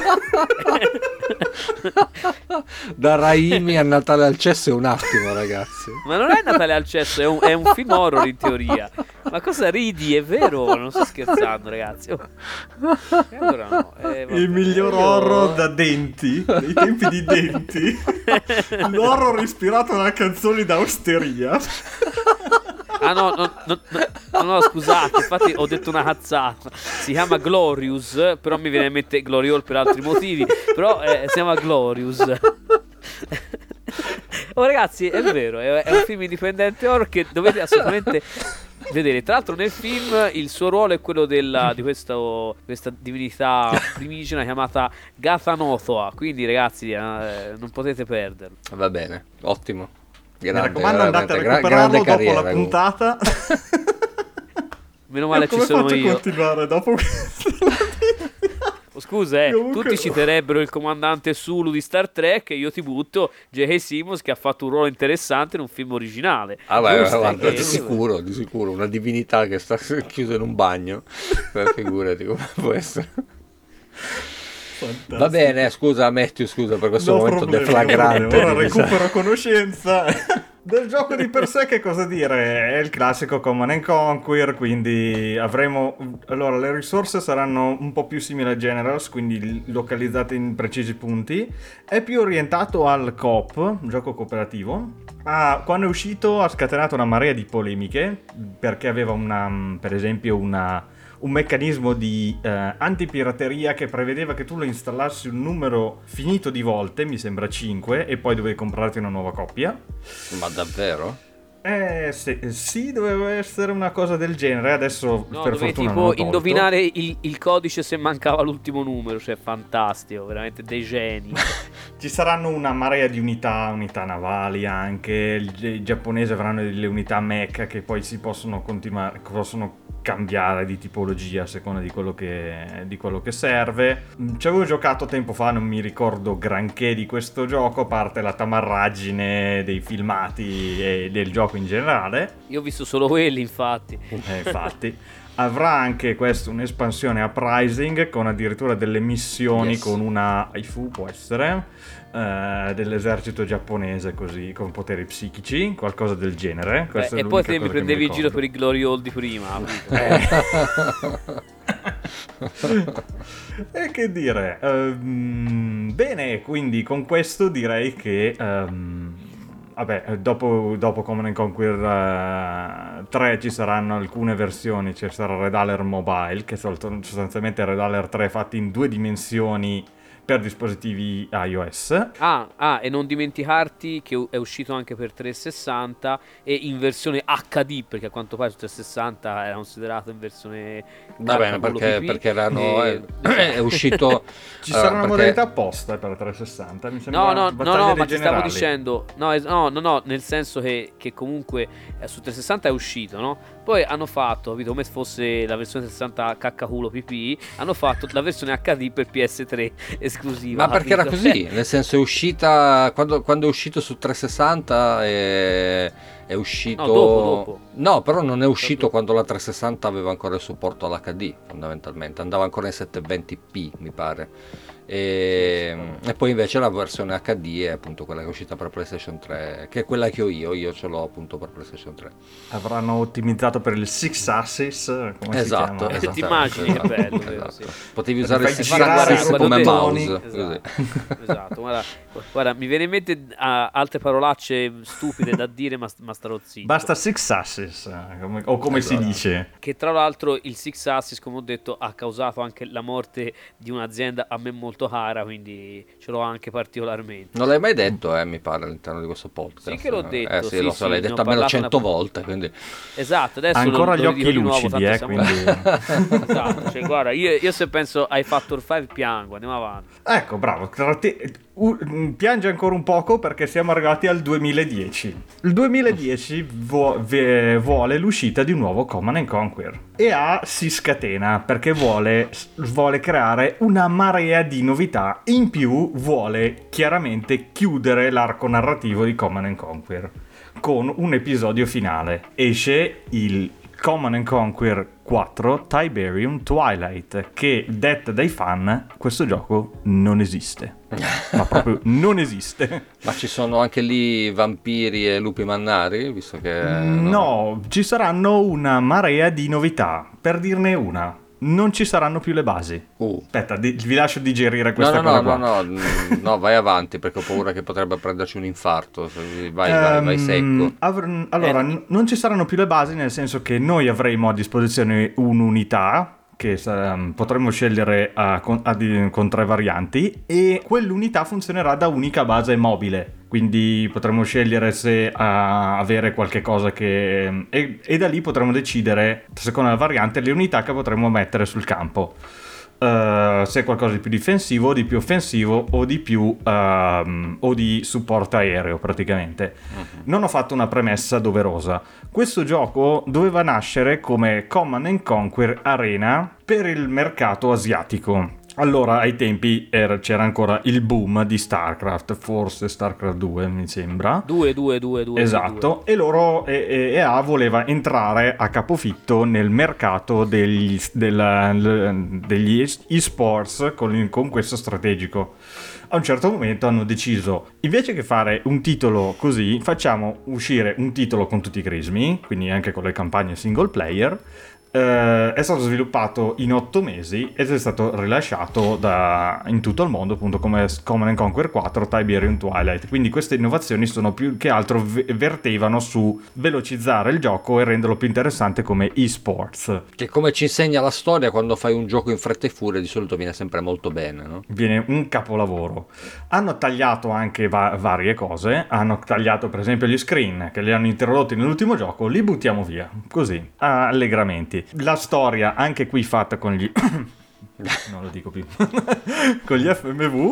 Da Raimi a Natale al cesso è un attimo, ragazzi. Ma non è Natale al cesso, è un, è un film horror in teoria. Ma cosa ridi? È vero, non sto scherzando, ragazzi. Oh. E allora no, eh, vabbè. Il miglior Io- horror da denti, dei tempi di denti. L'horror ispirato da canzoni d'austeria. Ah no, no, no, no, no, no, scusate, infatti ho detto una cazzata. Si chiama Glorious, però mi viene in mente Glory Hall per altri motivi. Però eh, si chiama Glorious. Oh ragazzi, è vero, è, è un film indipendente horror che dovete assolutamente vedere. Tra l'altro nel film il suo ruolo è quello della, di questo, questa divinità primigena chiamata Ghatanothoa. Quindi ragazzi, eh, non potete perderlo. Va bene, ottimo. Mi Grande, raccomando, andate a veramente, gra- recuperarlo grande dopo carriera, la comunque. puntata. Meno male ci Come sono faccio a io. continuare dopo questo? Oh, scusa, eh, Comunque- tutti citerebbero il comandante Sulu di Star Trek e io ti butto J K. Simmons che ha fatto un ruolo interessante in un film originale. Ah, beh, Giusto, guarda, che- di sicuro, di sicuro, una divinità che sta chiusa in un bagno. Beh, figurati come può essere. Fantastico. Va bene, scusa Matthew, scusa per questo No momento problemi, deflagrante. no problemi. Ora di disagio. recupero conoscenza. Del gioco di per sé che cosa dire? È il classico Command and Conquer, quindi avremo... Allora, le risorse saranno un po' più simili a Generals, quindi localizzate in precisi punti. È più orientato al coop, un gioco cooperativo. Ah, quando è uscito ha scatenato una marea di polemiche, perché aveva una, per esempio, una... un meccanismo di eh, antipirateria che prevedeva che tu lo installassi un numero finito di volte, mi sembra cinque, e poi dovevi comprarti una nuova coppia. Ma davvero? Eh sì, sì, doveva essere una cosa del genere. Adesso No, per dovevi fortuna non tipo l'ho tolto. indovinare il, il codice se mancava l'ultimo numero, cioè fantastico, veramente dei geni. Ci saranno una marea di unità, unità navali anche. Il- I giapponesi avranno delle unità mecha che poi si possono continuare, possono cambiare di tipologia a seconda di quello che, di quello che serve. Mm, Ci avevo giocato tempo fa, non mi ricordo granché di questo gioco, a parte la tamarraggine dei filmati e del gioco in generale. Io ho visto solo quelli, infatti. Eh, infatti. Avrà anche questo un'espansione Uprising con addirittura delle missioni Yes. con una Haifu, può essere, eh, dell'esercito giapponese, così, con poteri psichici, qualcosa del genere. Beh, Questa è e poi l'unica te mi cosa che prendevi in giro ricordo. per i Glory Hall di prima. capito? Eh. E che dire, um, bene, quindi con questo direi che um, vabbè, dopo, dopo Command and Conquer uh, tre ci saranno alcune versioni, ci sarà Red Alert Mobile, che sono sostanzialmente Red Alert tre fatti in due dimensioni per dispositivi iOS. Ah, ah, e non dimenticarti che è uscito anche per trecentosessanta e in versione acca di, perché a quanto pare su trecentosessanta era considerato in versione va bene, perché, perché erano e... è, è uscito ci sarà una perché... modalità apposta per trecentosessanta, mi sembra. No, no, no, no, ma ti generali. stavo dicendo no, es- no, no, no, nel senso che, che comunque eh, su trecentosessanta è uscito, no? Poi hanno fatto, capito, come se fosse la versione trecentosessanta caccaculo pipì, hanno fatto la versione acca di per P S tre esclusiva. Ma perché era capito? così, nel senso è uscita quando, quando è uscito su trecentosessanta è, è uscito No, dopo, dopo. No, però non è uscito quando la trecentosessanta aveva ancora il supporto all'H D, fondamentalmente andava ancora in settecentoventi p, mi pare. E, e poi invece la versione acca di è appunto quella che è uscita per PlayStation tre, che è quella che ho io, io ce l'ho appunto per PlayStation tre. Avranno ottimizzato per il Six Axis, come esatto, si chiama? esatto, Ti immagini esatto, che bello, esatto. sì. Potevi usare il Six girare Axis come mouse, esatto, esatto. Guarda, guarda, mi viene in mente uh, altre parolacce stupide da dire, ma, ma starò zitto. Basta Six Axis, come, o come esatto. si dice. Che tra l'altro il Six Axis, come ho detto, ha causato anche la morte di un'azienda a me molto cara, quindi ce l'ho anche particolarmente. Non l'hai mai detto, eh, mi pare, all'interno di questo podcast. Sì che l'ho detto, eh, sì, sì, lo so, sì, l'hai ne ho detto almeno parlato cento una- volte, quindi Esatto, adesso Ancora lo, gli lo occhi dico di nuovo, lucidi, tanto eh, siamo- quindi... Esatto, cioè, guarda, io, io se penso ai Factor cinque piango, andiamo avanti. Ecco, bravo. Tra te- u- piange ancora un poco perché siamo arrivati al duemiladieci. Il duemiladieci vuo- ve- vuole l'uscita di un nuovo Command and Conquer. E A si scatena perché vuole, vuole creare una marea di novità. In più vuole chiaramente chiudere l'arco narrativo di Command and Conquer con un episodio finale. Esce il Command and Conquer quattro Tiberium Twilight, che detta dai fan questo gioco non esiste. Ma proprio non esiste. ma ci sono anche lì vampiri e lupi mannari, visto che No, ci saranno una marea di novità. Per dirne una, non ci saranno più le basi. Uh. Aspetta, di- vi lascio digerire No, questa no, cosa no, qua. no, no, mm, no, vai avanti perché ho paura che potrebbe prenderci un infarto. Se- Vai, vai, vai Ehm, secco. avr- allora, Eh, n- non ci saranno più le basi, nel senso che noi avremo a disposizione un'unità che sa- potremo scegliere a- con, a di- con tre varianti, e quell'unità funzionerà da unica base mobile. Quindi potremo scegliere se ah, avere qualche cosa che... E, e da lì potremo decidere, secondo la variante, le unità che potremo mettere sul campo. Uh, se è qualcosa di più difensivo, di più offensivo o di più um, o di supporto aereo praticamente. Uh-huh. Non ho fatto una premessa doverosa. Questo gioco doveva nascere come Command and Conquer Arena per il mercato asiatico. Allora, ai tempi era, c'era ancora il boom di StarCraft, forse StarCraft due mi sembra. Due, due, due, due. Esatto, e loro, e, e, E A voleva entrare a capofitto nel mercato degli, della, degli esports con, con questo strategico. A un certo momento hanno deciso, invece che fare un titolo così, facciamo uscire un titolo con tutti i crismi, quindi anche con le campagne single player. Uh, è stato sviluppato in otto mesi ed è stato rilasciato da, in tutto il mondo, appunto, come Command and Conquer quattro Tiberium Twilight. Quindi queste innovazioni sono più che altro v- vertevano su velocizzare il gioco e renderlo più interessante come esports. Che come ci insegna la storia, quando fai un gioco in fretta e furia di solito viene sempre molto bene, no? Viene un capolavoro. Hanno tagliato anche va- varie cose. Hanno tagliato per esempio gli screen che li hanno introdotti nell'ultimo gioco, li buttiamo via così allegramenti. La storia anche qui fatta con gli non lo dico più con gli F M V,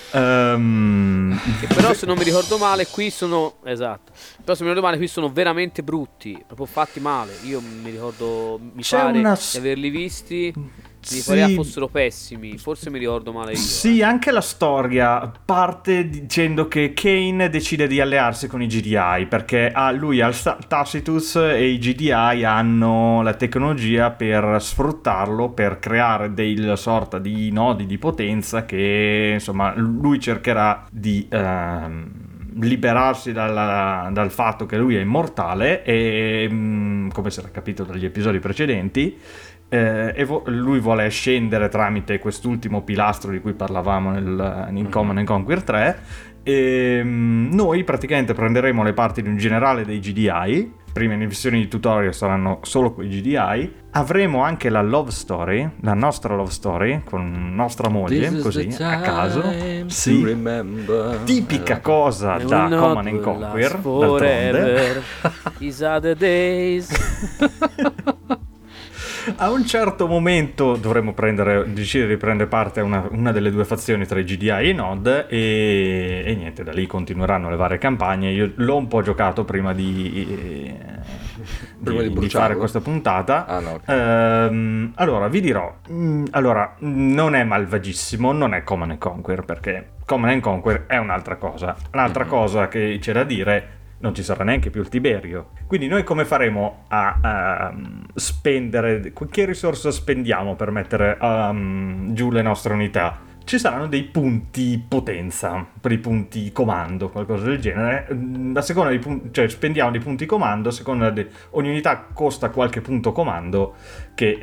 um... che però, se non mi ricordo male, qui sono esatto però se mi ricordo male qui sono veramente brutti, proprio fatti male. Io mi ricordo, mi C'è pare una... di averli visti, mi sì. pareva fossero pessimi, forse mi ricordo male io. Sì, eh. anche la storia parte dicendo che Kane decide di allearsi con i G D I perché ah, lui ha il Tacitus e i G D I hanno la tecnologia per sfruttarlo, per creare dei sorta di nodi di potenza che, insomma, lui cercherà di ehm, liberarsi dalla, dal fatto che lui è immortale e, come si era capito dagli episodi precedenti, eh, e vo- lui vuole scendere tramite quest'ultimo pilastro di cui parlavamo nel, in Command and Conquer tre, e um, noi praticamente prenderemo le parti di un generale dei G D I. Prime missioni di tutorial saranno solo quei G D I. Avremo anche la love story, la nostra love story con nostra moglie, così a caso. Sì, tipica cosa da Command and Conquer. D'altronde. These are the days. A un certo momento dovremo prendere, decidere di prendere parte a una, una delle due fazioni tra i G D I e i N O D, e, e niente, da lì continueranno le varie campagne. Io l'ho un po' giocato prima di, prima di, di, di fare questa puntata. Ah, no, okay. ehm, allora, vi dirò, mh, allora, non è malvagissimo, non è Command and Conquer, perché Command and Conquer è un'altra cosa. Un'altra mm-hmm. cosa che c'è da dire, non ci sarà neanche più il Tiberio. Quindi noi come faremo a, a spendere, che risorse spendiamo per mettere um, giù le nostre unità? Ci saranno dei punti potenza, per i punti comando, qualcosa del genere. A seconda di punti, cioè spendiamo dei punti comando, a seconda di ogni unità costa qualche punto comando, che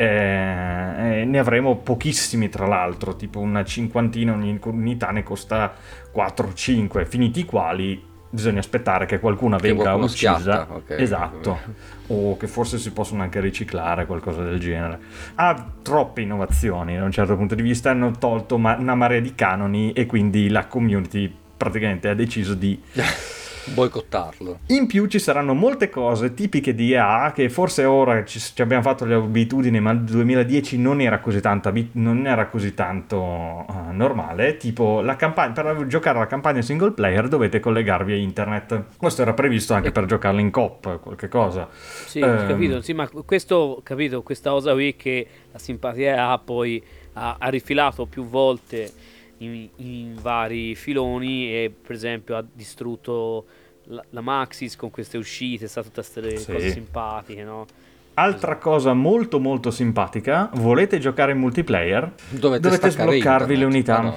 eh, ne avremo pochissimi tra l'altro, tipo una cinquantina, ogni unità ne costa quattro o cinque, finiti i quali bisogna aspettare che qualcuna che venga uccisa, okay. Esatto, o che forse si possono anche riciclare, qualcosa del genere. Ha troppe innovazioni da un certo punto di vista, hanno tolto ma- una marea di canoni, e quindi la community praticamente ha deciso di boicottarlo. In più ci saranno molte cose tipiche di E A che forse ora ci, ci abbiamo fatto le abitudini, ma nel duemiladieci non era così tanto, non era così tanto uh, normale, tipo la campagna, per giocare alla campagna single player dovete collegarvi a internet. Questo era previsto anche per giocarla in coop, qualche cosa. Sì, ho um, capito, sì, ma questo, capito, questa cosa qui che la simpatia E A poi ha, ha rifilato più volte In, in vari filoni, e per esempio ha distrutto la, la Maxis con queste uscite, è stata tutte queste sì. cose simpatiche, no? Altra cosa molto molto simpatica: volete giocare in multiplayer? Dovete, dovete sbloccarvi internet. le unità. No, no.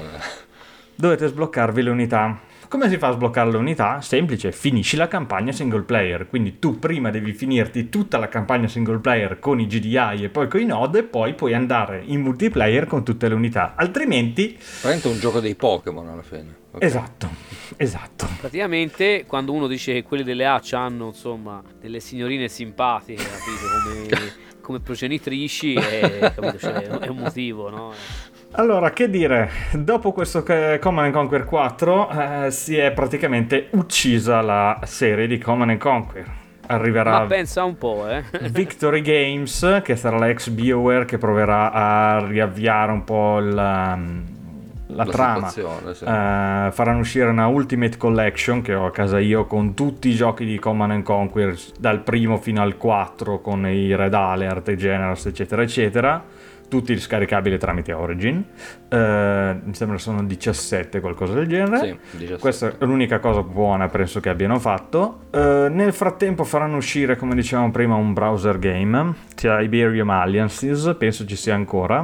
Dovete sbloccarvi le unità. Come si fa a sbloccare le unità? Semplice, finisci la campagna single player. Quindi tu prima devi finirti tutta la campagna single player con i G D I e poi con i N O D, e poi puoi andare in multiplayer con tutte le unità. Altrimenti praticamente è un gioco dei Pokémon alla fine. Okay. Esatto, esatto. Praticamente quando uno dice che quelli delle A hanno insomma delle signorine simpatiche, capito, come, come progenitrici, è, capito, cioè, è un motivo, no? Allora, che dire, dopo questo Command and Conquer quattro eh, si è praticamente uccisa la serie di Command and Conquer. Arriverà Ma pensa un po', eh. Victory Games, che sarà la ex BioWare, che proverà a riavviare un po' la, la, la trama. Sì. Uh, faranno uscire una Ultimate Collection che ho a casa io, con tutti i giochi di Command and Conquer dal primo fino al quattro, con i Red Alert, i Generals, eccetera eccetera, tutti scaricabili tramite Origin. Uh, mi sembra sono diciassette, qualcosa del genere. Sì, diciassette. Questa è l'unica cosa buona penso che abbiano fatto. Uh, nel frattempo faranno uscire, come dicevamo prima, un browser game, Tiberium Alliances, penso ci sia ancora,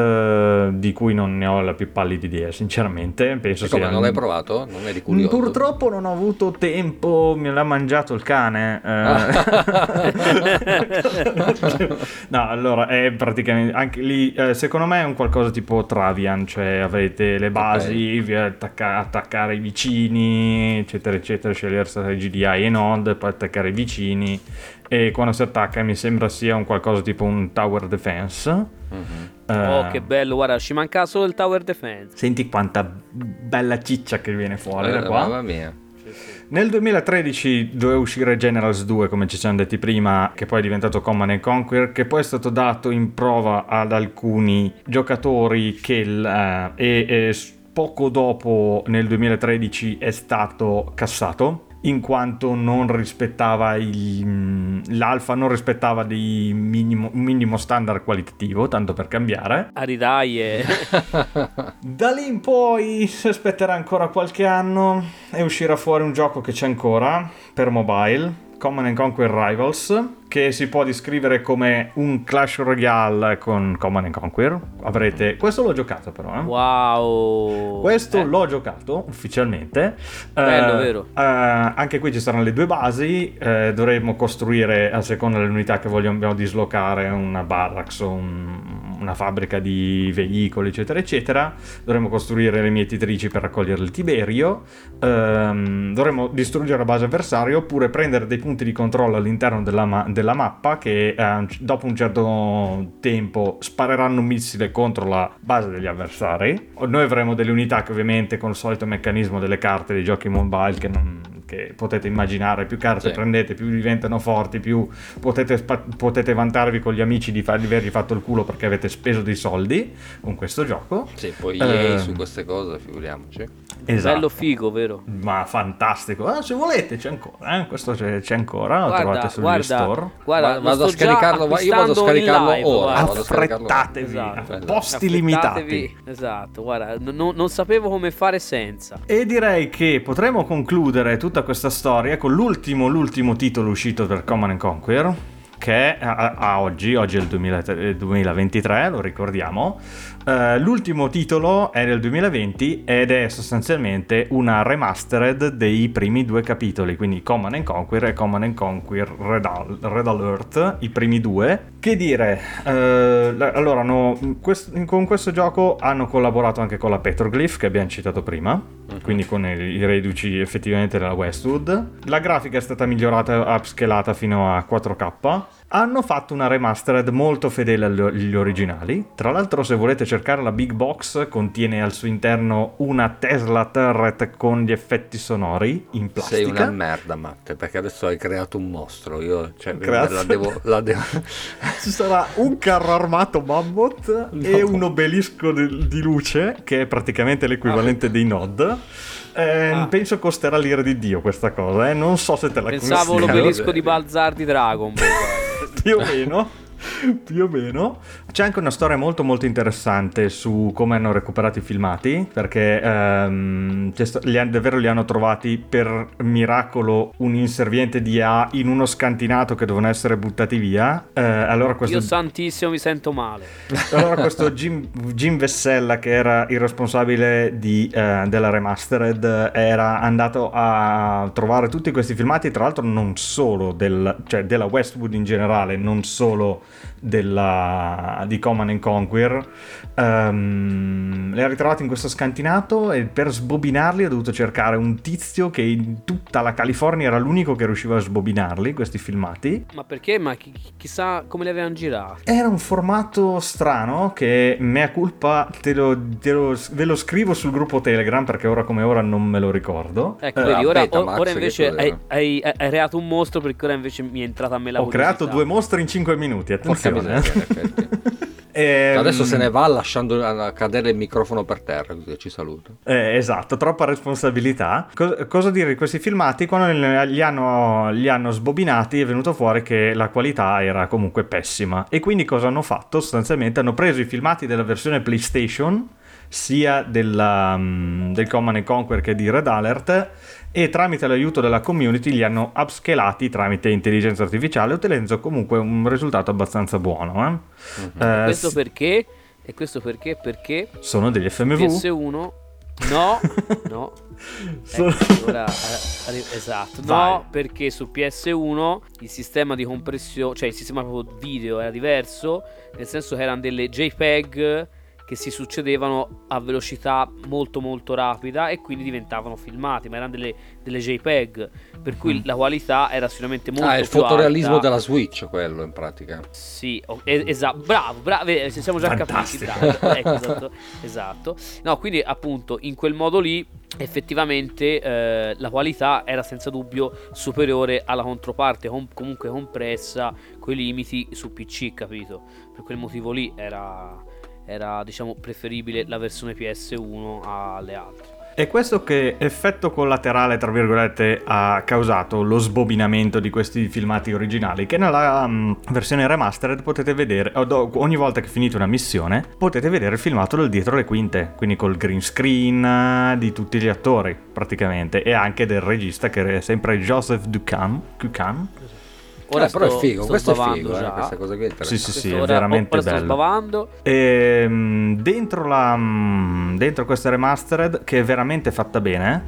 uh, di cui non ne ho la più pallida idea sinceramente. Penso e come, sia non l'hai provato? Non eri curioso? Purtroppo non ho avuto tempo, me l'ha mangiato il cane. uh. No, allora è praticamente anche lì, eh, secondo me è un qualcosa tipo Travian, cioè avete le basi, okay. vi attacca- attaccare i vicini, eccetera eccetera, scegliere strategi di A e N O D, poi attaccare i vicini, e quando si attacca mi sembra sia un qualcosa tipo un tower defense. Mm-hmm. Uh, oh, che bello, guarda, ci manca solo il tower defense. Senti quanta bella ciccia che viene fuori eh, da qua. Mamma mia. Nel duemilatredici doveva uscire Generals due, come ci siamo detti prima, che poi è diventato Command and Conquer, che poi è stato dato in prova ad alcuni giocatori che il, uh, e, e poco dopo, nel duemilatredici, è stato cassato, in quanto non rispettava il, l'alfa non rispettava dei minimo, un minimo standard qualitativo, tanto per cambiare. Aridaie. Da lì in poi si aspetterà ancora qualche anno e uscirà fuori un gioco che c'è ancora per mobile, Command and Conquer Rivals, che si può descrivere come un Clash Royale con Command and Conquer. Avrete, questo l'ho giocato però, eh. Wow. Questo eh. l'ho giocato ufficialmente. Bello, uh, vero. Uh, anche qui ci saranno le due basi. Uh, dovremo costruire, a seconda dell'unità che vogliamo dislocare, una barracks o un, una fabbrica di veicoli eccetera eccetera, dovremo costruire le mietitrici per raccogliere il Tiberio, ehm, dovremo distruggere la base avversaria oppure prendere dei punti di controllo all'interno della, ma- della mappa che eh, dopo un certo tempo spareranno un missile contro la base degli avversari. Noi avremo delle unità che ovviamente con il solito meccanismo delle carte dei giochi mobile che non che potete immaginare, più carte sì. prendete, più diventano forti, più potete, spa- potete vantarvi con gli amici di, far, di avergli fatto il culo perché avete speso dei soldi con questo gioco. Sì, poi E A eh, su queste cose, figuriamoci. Esatto. Bello figo, vero? Ma fantastico. Ah, se volete c'è ancora, eh? Questo c'è, c'è ancora, lo Guarda, trovate sugli guarda, store. Guarda, vado lo a sto già scaricarlo, va- io vado a acquistando in scaricarlo live, ora, guarda. vado a scaricarlo ora. Affrettatevi, Esatto. posti limitati. Affrettatevi. Esatto, guarda, n- non sapevo come fare senza. E direi che potremo concludere tutta questa storia con l'ultimo, l'ultimo titolo uscito per Command and Conquer, che è a, a oggi, oggi è il duemila duemilaventitré, lo ricordiamo. Uh, l'ultimo titolo è del duemilaventi ed è sostanzialmente una remastered dei primi due capitoli, quindi Command and Conquer e Command and Conquer Red, Al- Red Alert, i primi due. Che dire, uh, allora no, quest- con questo gioco hanno collaborato anche con la Petroglyph che abbiamo citato prima, uh-huh. quindi con i, i reduci effettivamente della Westwood. La grafica è stata migliorata, upscalata fino a quattro K. Hanno fatto una remastered molto fedele agli originali. Tra l'altro, se volete cercare la Big Box, contiene al suo interno una Tesla Turret con gli effetti sonori in plastica. Sei una merda, Matte, perché adesso hai creato un mostro. Io cioè, Grazie. la devo, la devo... Ci sarà un carro armato Mammoth no. e un obelisco di, di luce, che è praticamente l'equivalente ah. dei N O D. Eh, ah. Penso costerà l'ira di Dio questa cosa, eh. Non so se te la consiglio. Pensavo l'obelisco di Balzar di Dragon Ball. Più o meno, più o meno. C'è anche una storia molto molto interessante su come hanno recuperato i filmati, perché ehm, li hanno, davvero li hanno trovati per miracolo un inserviente di A in uno scantinato che dovevano essere buttati via. Eh, allora questo... Io santissimo mi sento male. Allora questo Jim, Jim Vessella, che era il responsabile di, eh, della remastered, era andato a trovare tutti questi filmati, tra l'altro non solo del, cioè della Westwood in generale, non solo della, di Command and Conquer. Um, li ha ritrovati in questo scantinato e per sbobinarli ha dovuto cercare un tizio che in tutta la California era l'unico che riusciva a sbobinarli, questi filmati. Ma perché? Ma chi, chissà come li avevano girati. Era un formato strano che, mea culpa, te lo, te lo, ve lo scrivo sul gruppo Telegram perché ora come ora non me lo ricordo. Ecco, vedi, ora, Betamax, ora invece hai, hai, hai creato un mostro, perché ora invece mi è entrata a me la Ho creato due mostri in cinque minuti, attenzione. E, adesso se ne va lasciando cadere il microfono per terra, così ci saluto. Eh, esatto, troppa responsabilità. Co- cosa dire di questi filmati? Quando li hanno, li hanno sbobinati è venuto fuori che la qualità era comunque pessima. E quindi cosa hanno fatto? Sostanzialmente hanno preso i filmati della versione PlayStation, sia della, um, del Command and Conquer che di Red Alert, e tramite l'aiuto della community li hanno upscalati tramite intelligenza artificiale, ottenendo comunque un risultato abbastanza buono. Eh? Mm-hmm. Uh, questo perché? E questo perché? Perché sono degli F M V. P S uno no, no. Sono... Ecco, ora, eh, esatto. Vai. No, perché su P S uno il sistema di compressione, cioè il sistema proprio video era diverso, nel senso che erano delle JPEG che si succedevano a velocità molto molto rapida e quindi diventavano filmati, ma erano delle, delle JPEG, per cui mm. la qualità era sicuramente molto ah, il più fotorealismo alta. della Switch, quello in pratica. Sì, oh, es- esatto, bravo, bravo, ci siamo già Fantastico. capiti, bravo. Ecco, esatto, esatto. No, quindi appunto in quel modo lì effettivamente eh, la qualità era senza dubbio superiore alla controparte, com- comunque compressa coi limiti su P C, capito? Per quel motivo lì era... era diciamo preferibile la versione P S uno alle altre. E questo che effetto collaterale tra virgolette ha causato lo sbobinamento di questi filmati originali, che nella um, versione remastered potete vedere ogni volta che finite una missione potete vedere il filmato del dietro le quinte, quindi col green screen di tutti gli attori praticamente, e anche del regista che è sempre Joseph Ducan Ducan. Ora eh, però sto, è figo, sto questo è figo, già. eh, questa cosa qui è sì sì sì, ora, è veramente ora bello. Sto sbavando. E, dentro, la, dentro questa remastered, che è veramente fatta bene,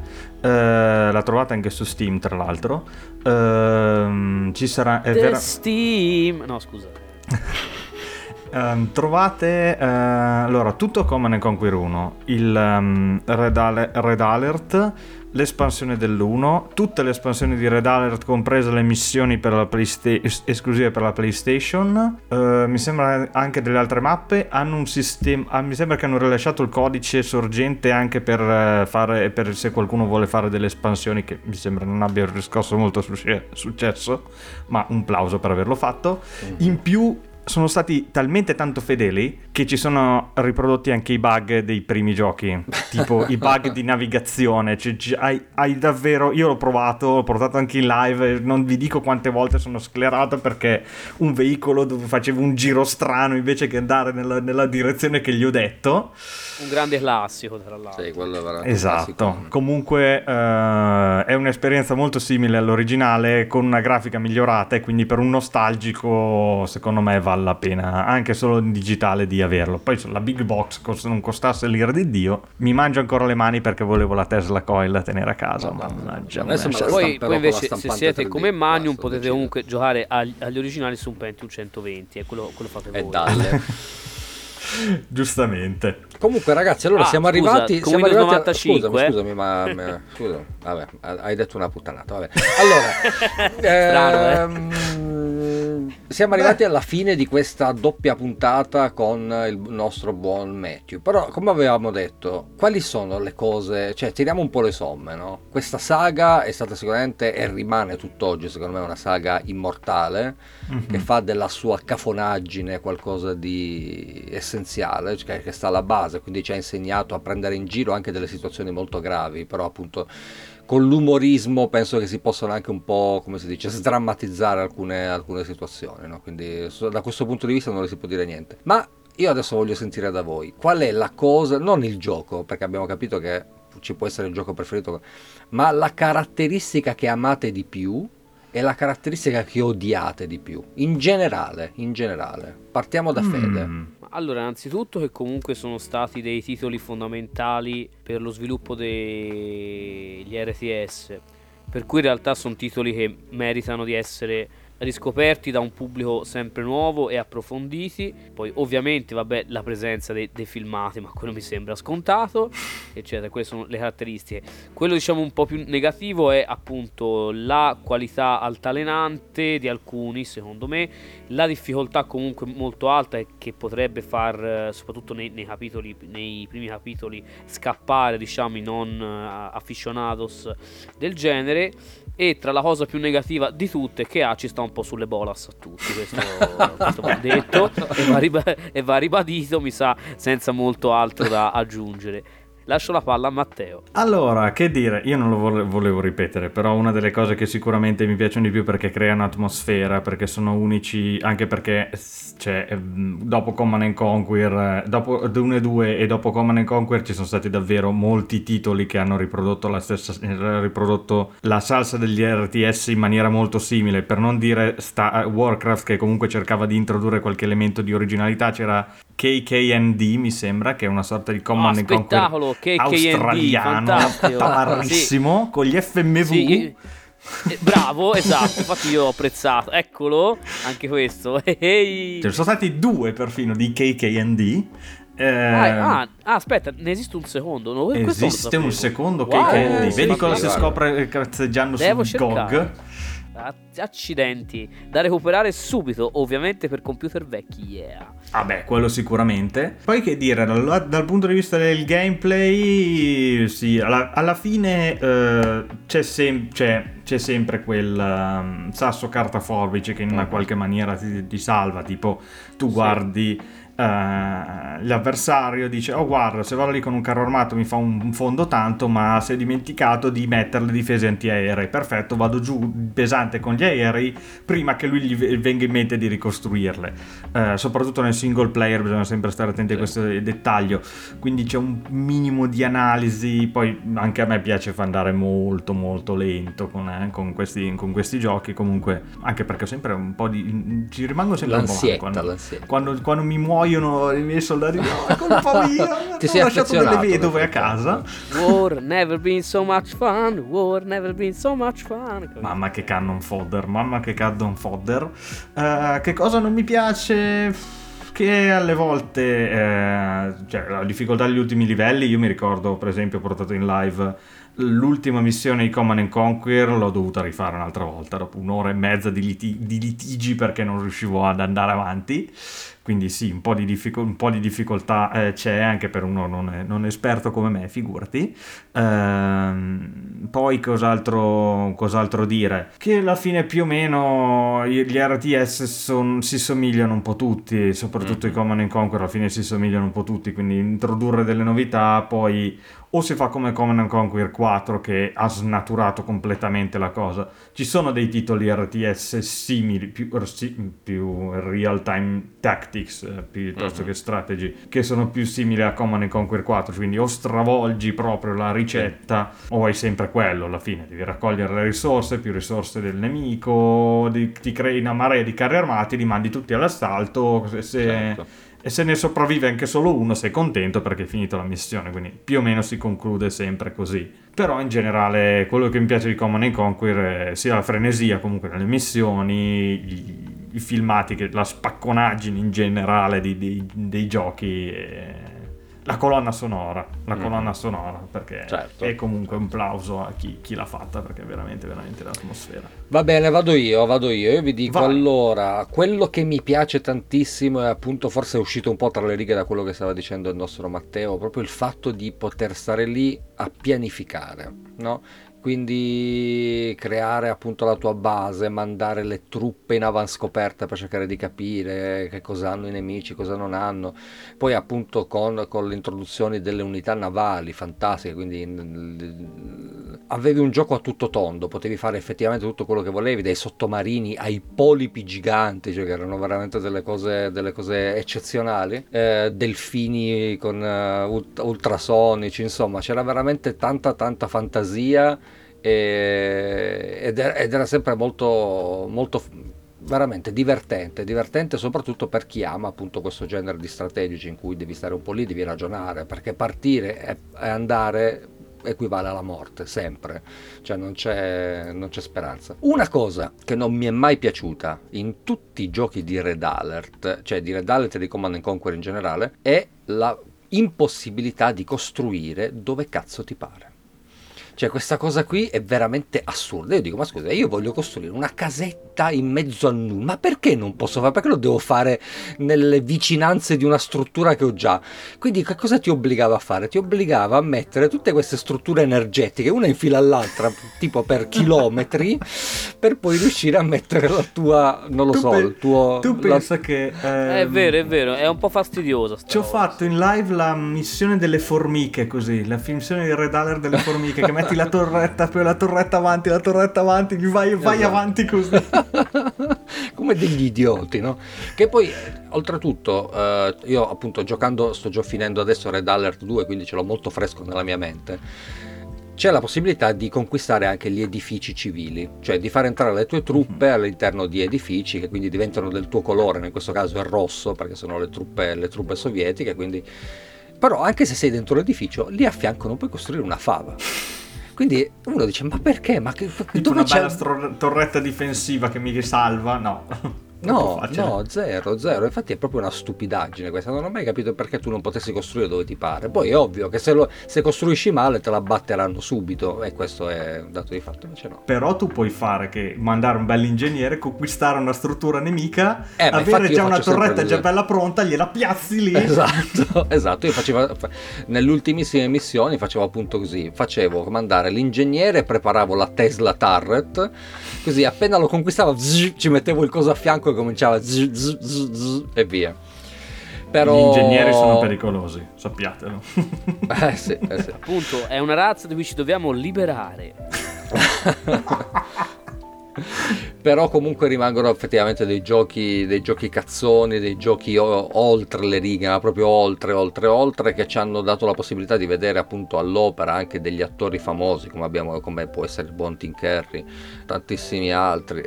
eh, la trovate anche su Steam tra l'altro, eh, ci sarà... È The vera... Steam... No, scusa. Um, trovate uh, allora tutto Command and Conquer uno, il um, Red, Ale- Red Alert, l'espansione dell'uno, tutte le espansioni di Red Alert, comprese le missioni per la Playsta- esclusive per la PlayStation. Uh, mi sembra anche delle altre mappe hanno un sistema. Ah, mi sembra che hanno rilasciato il codice sorgente anche per uh, fare per se qualcuno vuole fare delle espansioni, che mi sembra non abbia riscosso molto su- successo, ma un plauso per averlo fatto. Mm-hmm. In più sono stati talmente tanto fedeli che ci sono riprodotti anche i bug dei primi giochi, tipo i bug di navigazione. Cioè, hai, hai davvero, io l'ho provato, l'ho portato anche in live, non vi dico quante volte sono sclerato perché un veicolo dove facevo un giro strano invece che andare nella, nella direzione che gli ho detto. Un grande classico, tra l'altro. Sì, quello è veramente esatto. classico. Comunque uh, è un'esperienza molto simile all'originale con una grafica migliorata, e quindi per un nostalgico secondo me vale la pena anche solo in digitale di averlo. Poi la big box cost- non costasse l'ira di Dio, mi mangio ancora le mani perché volevo la Tesla Coil da tenere a casa. No, mannaggia, no, adesso me la poi, poi invece se siete tre D, come Magnum basta, potete decido. comunque giocare agli, agli originali su un Pentium centoventi, e quello, quello fate voi. E dalle. Giustamente. Comunque ragazzi, allora Ah, siamo scusa, arrivati, con siamo Windows arrivati a- novantacinque, scusami, scusami, ma, ma scusa, vabbè, hai detto una puttanata, vabbè. Allora, Strano, ehm, siamo arrivati alla fine di questa doppia puntata con il nostro buon Matthew. Però, come avevamo detto, quali sono le cose, cioè tiriamo un po' le somme, no? Questa saga è stata sicuramente e rimane tutt'oggi, secondo me, una saga immortale, mm-hmm. che fa della sua cafonaggine qualcosa di essenziale, cioè che sta alla base, quindi ci ha insegnato a prendere in giro anche delle situazioni molto gravi, però appunto con l'umorismo penso che si possano anche un po', come si dice, sdrammatizzare alcune, alcune situazioni, no? Quindi da questo punto di vista non le si può dire niente. Ma io adesso voglio sentire da voi qual è la cosa, non il gioco, perché abbiamo capito che ci può essere il gioco preferito, ma la caratteristica che amate di più e la caratteristica che odiate di più, in generale, in generale. Partiamo da Fede. Mm. Allora, innanzitutto che comunque sono stati dei titoli fondamentali per lo sviluppo degli R T S, per cui in realtà sono titoli che meritano di essere riscoperti da un pubblico sempre nuovo e approfonditi. Poi ovviamente vabbè la presenza dei, dei filmati, ma quello mi sembra scontato, eccetera. Quelle sono le caratteristiche. Quello diciamo un po' più negativo è appunto la qualità altalenante di alcuni, secondo me, la difficoltà comunque molto alta, e che potrebbe far soprattutto nei, nei capitoli, nei primi capitoli, scappare diciamo i non uh, aficionados del genere. E tra la cosa più negativa di tutte, che ha ci sta un po' sulle bolas a tutti, questo, questo va detto e va, riba- e va ribadito, mi sa, senza molto altro da aggiungere. Lascio la palla a Matteo. Allora, che dire, io non lo vole- volevo ripetere, però una delle cose che sicuramente mi piacciono di più perché creano atmosfera, perché sono unici, anche perché cioè, dopo Command and Conquer, dopo uno e due e dopo Command and Conquer ci sono stati davvero molti titoli che hanno riprodotto la stessa, riprodotto la salsa degli R T S in maniera molto simile, per non dire Star- Warcraft, che comunque cercava di introdurre qualche elemento di originalità. C'era K K N D, mi sembra, che è una sorta di Command oh, and Conquer spettacolo, K K N D, australiano, tamarrissimo, sì. Con gli F M V. Sì, eh, bravo, esatto, infatti io ho apprezzato, eccolo, anche questo. Hey. Ce ne sono stati due perfino di K K N D. Eh, ah, ah, aspetta, ne esiste un secondo? No, esiste un secondo wow. K K N D, eh, vedi sì, cosa sì, si guarda. scopre cazzeggiando Devo su cercare. G O G. Accidenti, da recuperare subito, ovviamente per computer vecchi, yeah. Vabbè, quello sicuramente. Poi che dire, dal, dal punto di vista del gameplay, sì, alla, alla fine eh, c'è, sem- c'è, c'è sempre quel um, sasso carta forbice che in una qualche maniera ti, ti salva, tipo tu guardi uh, l'avversario, dice oh guarda, se vado lì con un carro armato mi fa un, un fondo tanto, ma si è dimenticato di mettere le difese antiaeree, perfetto, vado giù pesante con gli aerei prima che lui gli venga in mente di ricostruirle. Uh, soprattutto nel single player bisogna sempre stare attenti a questo dettaglio, quindi c'è un minimo di analisi. Poi anche a me piace andare molto molto lento con, eh, con, questi, con questi giochi, comunque, anche perché ho sempre un po' di ci rimango sempre l'ansietta, un po' male quando, l'ansietta. Quando, quando mi muoiono i miei soldati, no, è colpa mia, Ti ho sei lasciato delle affezionato, vedove a casa. War never been so much fun, war never been so much fun. Mamma che cannon fodder, mamma che cannon fodder. Uh, che cosa non mi piace? che alle volte eh, cioè la difficoltà degli ultimi livelli, io mi ricordo per esempio ho portato in live l'ultima missione di Command and Conquer, l'ho dovuta rifare un'altra volta dopo un'ora e mezza di, liti- di litigi perché non riuscivo ad andare avanti. Quindi sì, un po' di, diffic- un po' di difficoltà eh, c'è anche per uno non, è, non esperto come me, figurati. Ehm, poi cos'altro, cos'altro dire? Che alla fine più o meno gli R T S son, si somigliano un po' tutti, soprattutto mm-hmm. i Command and Conquer alla fine si somigliano un po' tutti, quindi introdurre delle novità, poi o si fa come Command and Conquer quattro che ha snaturato completamente la cosa. Ci sono dei titoli R T S simili, più, più real time tactics piuttosto uh-huh. che strategy, che sono più simili a Command and Conquer quattro, quindi o stravolgi proprio la ricetta sì. o hai sempre quello alla fine, devi raccogliere le risorse, più risorse del nemico, di, ti crei una marea di carri armati, li mandi tutti all'assalto, se, se certo. e se ne sopravvive anche solo uno sei contento perché è finita la missione, quindi più o meno si conclude sempre così. Però in generale quello che mi piace di Command and Conquer è sia la frenesia comunque nelle missioni, i, i filmati, che la spacconaggine in generale di, di, dei giochi, e la colonna sonora, la mm-hmm. colonna sonora, perché certo. è comunque un plauso a chi, chi l'ha fatta, perché è veramente veramente l'atmosfera. Va bene, vado io, vado io, io vi dico Vai. Allora, quello che mi piace tantissimo è appunto, forse è uscito un po' tra le righe da quello che stava dicendo il nostro Matteo, proprio il fatto di poter stare lì a pianificare, no? Quindi creare appunto la tua base, mandare le truppe in avanscoperta per cercare di capire che cosa hanno i nemici, cosa non hanno. Poi appunto con, con le introduzioni delle unità navali fantastiche, quindi avevi un gioco a tutto tondo, potevi fare effettivamente tutto quello che volevi, dai sottomarini ai polipi giganti, cioè che erano veramente delle cose, delle cose eccezionali, eh, delfini con uh, ultrasonici, insomma c'era veramente tanta tanta fantasia. E, ed, era, ed era sempre molto molto veramente divertente divertente soprattutto per chi ama appunto questo genere di strategici in cui devi stare un po' lì, devi ragionare, perché partire e, e andare equivale alla morte sempre, cioè non c'è, non c'è speranza. Una cosa che non mi è mai piaciuta in tutti i giochi di Red Alert, cioè di Red Alert e di Command and Conquer in generale, è la impossibilità di costruire dove cazzo ti pare. Cioè questa cosa qui è veramente assurda. Io dico, ma scusa, io voglio costruire una casetta in mezzo al nulla, ma perché non posso fare? Perché lo devo fare nelle vicinanze di una struttura che ho già? Quindi che cosa ti obbligava a fare? Ti obbligava a mettere tutte queste strutture energetiche, una in fila all'altra, tipo per chilometri, per poi riuscire a mettere la tua, non lo tu so, pe- il tuo... Tu la... pensa che... Ehm... È vero, è vero, è un po' fastidiosa. Ci ho fatto in live la missione delle formiche, così, la missione di Red Alert delle formiche, che metti la torretta, poi la torretta avanti, la torretta avanti, vai, vai esatto. avanti così. Come degli idioti, no? Che poi, oltretutto, eh, io appunto giocando, sto già finendo adesso Red Alert due, quindi ce l'ho molto fresco nella mia mente. C'è la possibilità di conquistare anche gli edifici civili, cioè di far entrare le tue truppe mm-hmm. all'interno di edifici che quindi diventano del tuo colore, in questo caso è rosso, perché sono le truppe, le truppe sovietiche, quindi... Però anche se sei dentro l'edificio, lì a fianco non puoi costruire una fava. Quindi uno dice, ma perché? Ma che, tipo una c'è... bella stro- torretta difensiva che mi salva? No. No, no, zero, zero. Infatti è proprio una stupidaggine questa. Non ho mai capito perché tu non potessi costruire dove ti pare. Poi è ovvio che se, lo, se costruisci male te la batteranno subito, e questo è un dato di fatto, invece no. Però tu puoi fare che mandare un bell'ingegnere, conquistare una struttura nemica, eh, avere già una torretta già bella pronta, gliela piazzi lì. Esatto, esatto. Io facevo nelle ultimissime missioni facevo appunto così, facevo mandare l'ingegnere, preparavo la Tesla Turret, così appena lo conquistavo zzz, ci mettevo il coso a fianco e cominciava zzz, zzz, zzz, e via. Però... Gli ingegneri sono pericolosi, sappiatelo. Eh sì, eh sì. Appunto, è una razza di cui ci dobbiamo liberare. Però comunque rimangono effettivamente dei giochi, dei giochi cazzoni, dei giochi o- oltre le righe, ma proprio oltre, oltre, oltre, che ci hanno dato la possibilità di vedere appunto all'opera anche degli attori famosi, come abbiamo, come può essere il buon Tim Curry, tantissimi altri.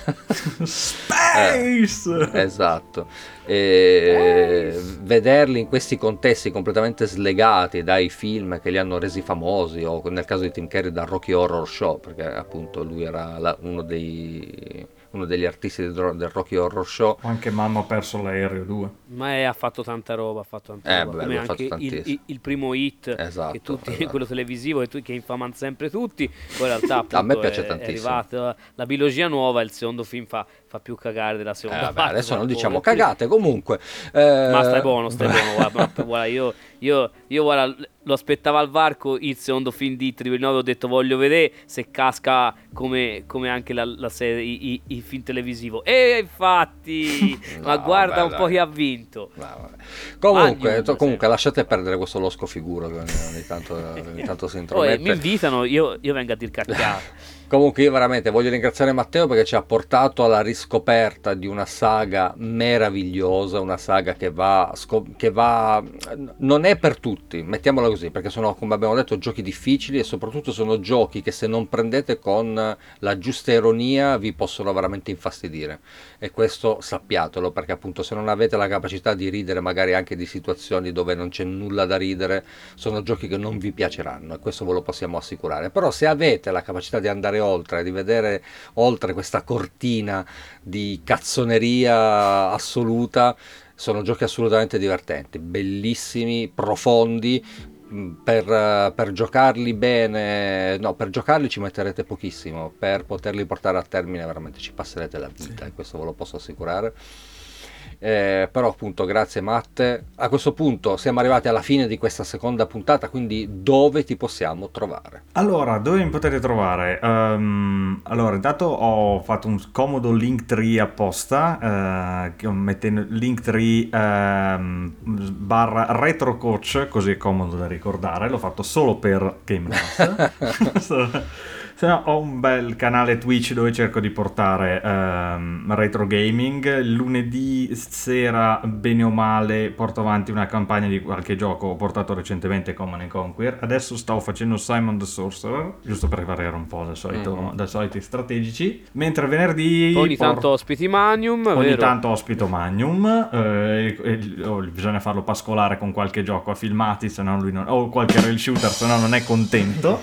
Space! Eh, esatto. E Space. Vederli in questi contesti completamente slegati dai film che li hanno resi famosi, o nel caso di Tim Curry dal Rocky Horror Show, perché appunto lui era la, uno dei uno degli artisti del, del Rocky Horror Show. Anche Mamma ho perso l'aereo due. Ma è, ha fatto tanta roba, ha fatto tanta Eh, roba. beh, Come lui ha anche fatto il, il, il primo hit, Esatto, che tutti, esatto. quello televisivo che, tu, che infamano sempre tutti. Poi in realtà appunto, A me piace è, tantissimo. è arrivata la biologia nuova, il secondo film fa, fa più cagare della Eh, seconda vabbè, parte. adesso non dopo- diciamo cagate, comunque. Eh, Ma stai buono, stai buono. Guarda, ma- guarda, io, io, io guarda, lo aspettavo al varco il secondo film di Triple nove. Ho detto voglio vedere se casca come, come anche la, la serie, i- i- il film televisivo. E infatti, No, ma guarda vabbè, un po' dai. chi ha vinto. No, vabbè. Comunque, Magnum, to- comunque sì. lasciate perdere questo losco figuro che ogni, ogni tanto, ogni tanto si Oh, eh, intromette. mi invitano, io, io vengo a dir cacchiate. Comunque io veramente voglio ringraziare Matteo perché ci ha portato alla riscoperta di una saga meravigliosa, una saga che va, sco- che va, non è per tutti, mettiamola così, perché sono, come abbiamo detto, giochi difficili e soprattutto sono giochi che se non prendete con la giusta ironia vi possono veramente infastidire, e questo sappiatelo, perché appunto se non avete la capacità di ridere magari anche di situazioni dove non c'è nulla da ridere, sono giochi che non vi piaceranno, e questo ve lo possiamo assicurare. Però se avete la capacità di andare oltre, di vedere oltre questa cortina di cazzoneria assoluta, sono giochi assolutamente divertenti, bellissimi, profondi. mh, Per, eh, per giocarli bene, no, per giocarli ci metterete pochissimo, per poterli portare a termine veramente ci passerete la vita, Sì. e questo ve lo posso assicurare. Eh, però appunto grazie Matte. A questo punto siamo arrivati alla fine di questa seconda puntata, quindi dove ti possiamo trovare? Allora, dove mi potete trovare? Ehm, allora, intanto ho fatto un comodo Linktree apposta, eh, che mettendo Linktree ehm, barra retrocoach, così è comodo da ricordare, l'ho fatto solo per Game Pass. Se no, ho un bel canale Twitch dove cerco di portare ehm, retro gaming. Lunedì sera, bene o male, porto avanti una campagna di qualche gioco. Ho portato recentemente Command and Conquer. Adesso stavo facendo Simon the Sorcerer, giusto per variare un po' dal solito, Mm-hmm. dai soliti strategici. Mentre venerdì Poi ogni por- tanto ospiti Magnum, ogni vero? tanto ospito Magnum, eh, e- e- oh, bisogna farlo pascolare con qualche gioco a filmati, se no lui non, o qualche rail shooter, se no non è contento.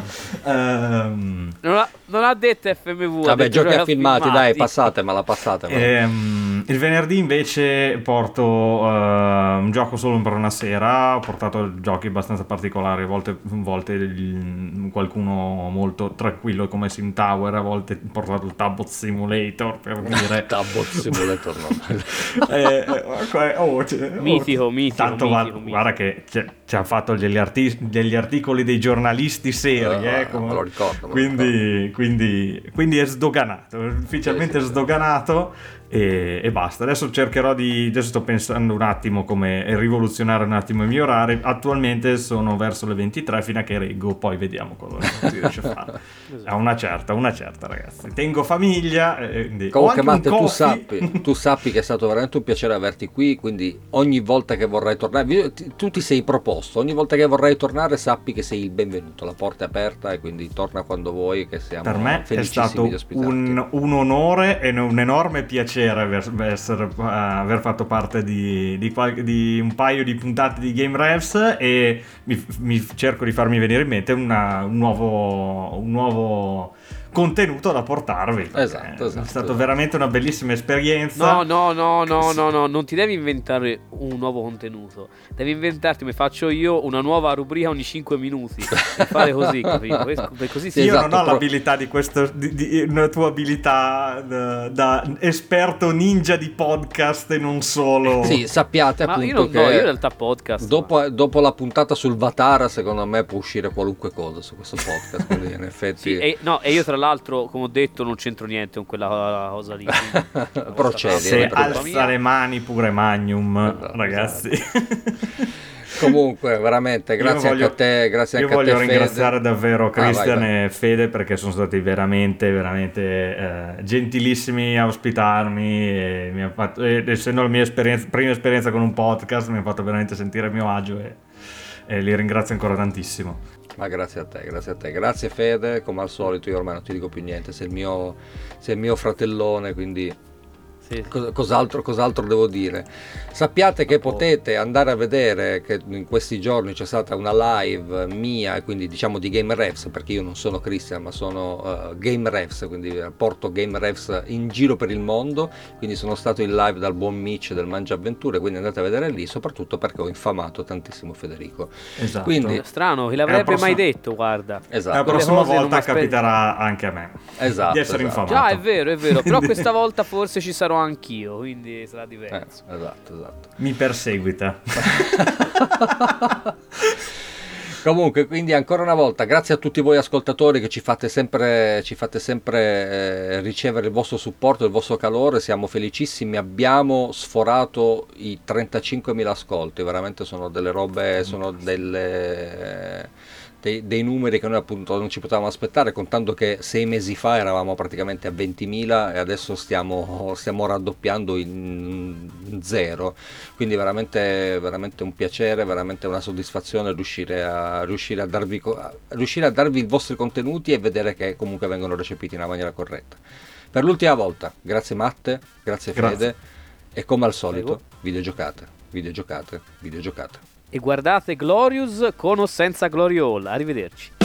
Ehm, Non ha, non ha detto F M V. ha Vabbè, detto giochi gioca a filmati, dai, passatemela, passatemela. Ehm, il venerdì invece porto eh, un gioco solo per una sera. Ho portato giochi abbastanza particolari, a volte, a volte il- qualcuno molto tranquillo come Sim Tower, a volte ho portato il Tabot Simulator per dire. Tabot Simulator no. Eh, eh, oh, cioè, Mitico, oh, mitico, tanto mitico, va- mitico. guarda che ci ci hanno fatto degli, arti- degli articoli dei giornalisti seri, Eh, eh, come- me lo ricordo, me lo quindi, quindi, quindi è sdoganato, è ufficialmente Sì, sì, sì. sdoganato. E, e basta. Adesso cercherò di. Adesso sto pensando un attimo come rivoluzionare un attimo i miei orari. Attualmente sono verso le ventitré fino a che reggo, poi vediamo cosa si riesce a fare. A una certa, una certa, ragazzi. Tengo famiglia. eh, quindi- ho Comunque anche un Matte, tu coffee. sappi, tu sappi che è stato veramente un piacere averti qui, quindi ogni volta che vorrai tornare, io- ti- tu ti sei proposto, ogni volta che vorrai tornare sappi che sei il benvenuto, la porta è aperta, e quindi torna quando vuoi, che siamo Per me è felicissimi stato di ospitarti. un, un onore e un enorme piacere aver, essere- uh, aver fatto parte di, di, qualche- di un paio di puntate di Game Revs, e mi, mi cerco di farmi venire in mente una- un, nuovo, un nuovo contenuto da portarvi. perché Esatto, esatto, è stata esatto. veramente una bellissima esperienza. No, no, no, no, Sì. no, no, non ti devi inventare un nuovo contenuto. Devi inventarti, come faccio io, una nuova rubrica ogni cinque minuti. E fare così, capito? Per così si Sì, Io esatto, non ho però- l'abilità di questo, di, di- una tua abilità da, da esperto ninja di podcast e non solo. Sì, sappiate Ma io appunto non che no, io in realtà podcast. dopo, dopo la puntata sul Vatara, secondo me può uscire qualunque cosa su questo podcast, quindi in effetti Sì, e, no, e io tra l'altro, come ho detto, non c'entro niente con quella cosa lì. quindi- Procedi, Se non è per colpa alza le mani pure Magnum, Esatto, ragazzi. Comunque, veramente, grazie Io voglio- anche a te, grazie Io anche a te, voglio Fede. ringraziare davvero Ah, vai, Christian vai. e Fede, perché sono stati veramente, veramente eh, gentilissimi a ospitarmi, e mi ha fatto, e essendo la mia esperienza, prima esperienza con un podcast, mi ha fatto veramente sentire a mio agio, e, e li ringrazio ancora tantissimo. Ma grazie a te, grazie a te, grazie Fede, come al solito io ormai non ti dico più niente, sei il mio, sei il mio fratellone, quindi sì. Cos- Cos'altro, cos'altro devo dire? Sappiate che Oh. potete andare a vedere che in questi giorni c'è stata una live mia, e quindi diciamo di Game Revs, perché io non sono Christian ma sono uh, Game Revs, quindi porto Game Revs in giro per il mondo, quindi sono stato in live dal buon Mitch del Mangia Avventure, quindi andate a vedere lì, soprattutto perché ho infamato tantissimo Federico. Esatto. Quindi- Strano, chi l'avrebbe prossima- mai detto, guarda. La Esatto, Quelle prossima cose non volta m'aspetto. capiterà anche a me Esatto, di essere esatto. infamato. Già, è vero, è vero, però questa volta forse ci sarò anch'io, quindi sarà Eh, diverso. esatto, esatto. Mi perseguita. Comunque, quindi ancora una volta, grazie a tutti voi ascoltatori che ci fate sempre, ci fate sempre eh, ricevere il vostro supporto, il vostro calore, siamo felicissimi, abbiamo sforato i trentacinquemila ascolti, veramente sono delle robe, sono delle... Dei, dei numeri che noi appunto non ci potevamo aspettare, contando che sei mesi fa eravamo praticamente a ventimila e adesso stiamo, stiamo raddoppiando in zero, quindi veramente, veramente un piacere, veramente una soddisfazione riuscire a, riuscire a darvi co- a riuscire a darvi i vostri contenuti e vedere che comunque vengono recepiti in una maniera corretta. Per l'ultima volta, grazie Matte, grazie Fede, Grazie. e come al solito, Prego. videogiocate, videogiocate, videogiocate. E guardate Glorious con o senza Glory Hall. Arrivederci.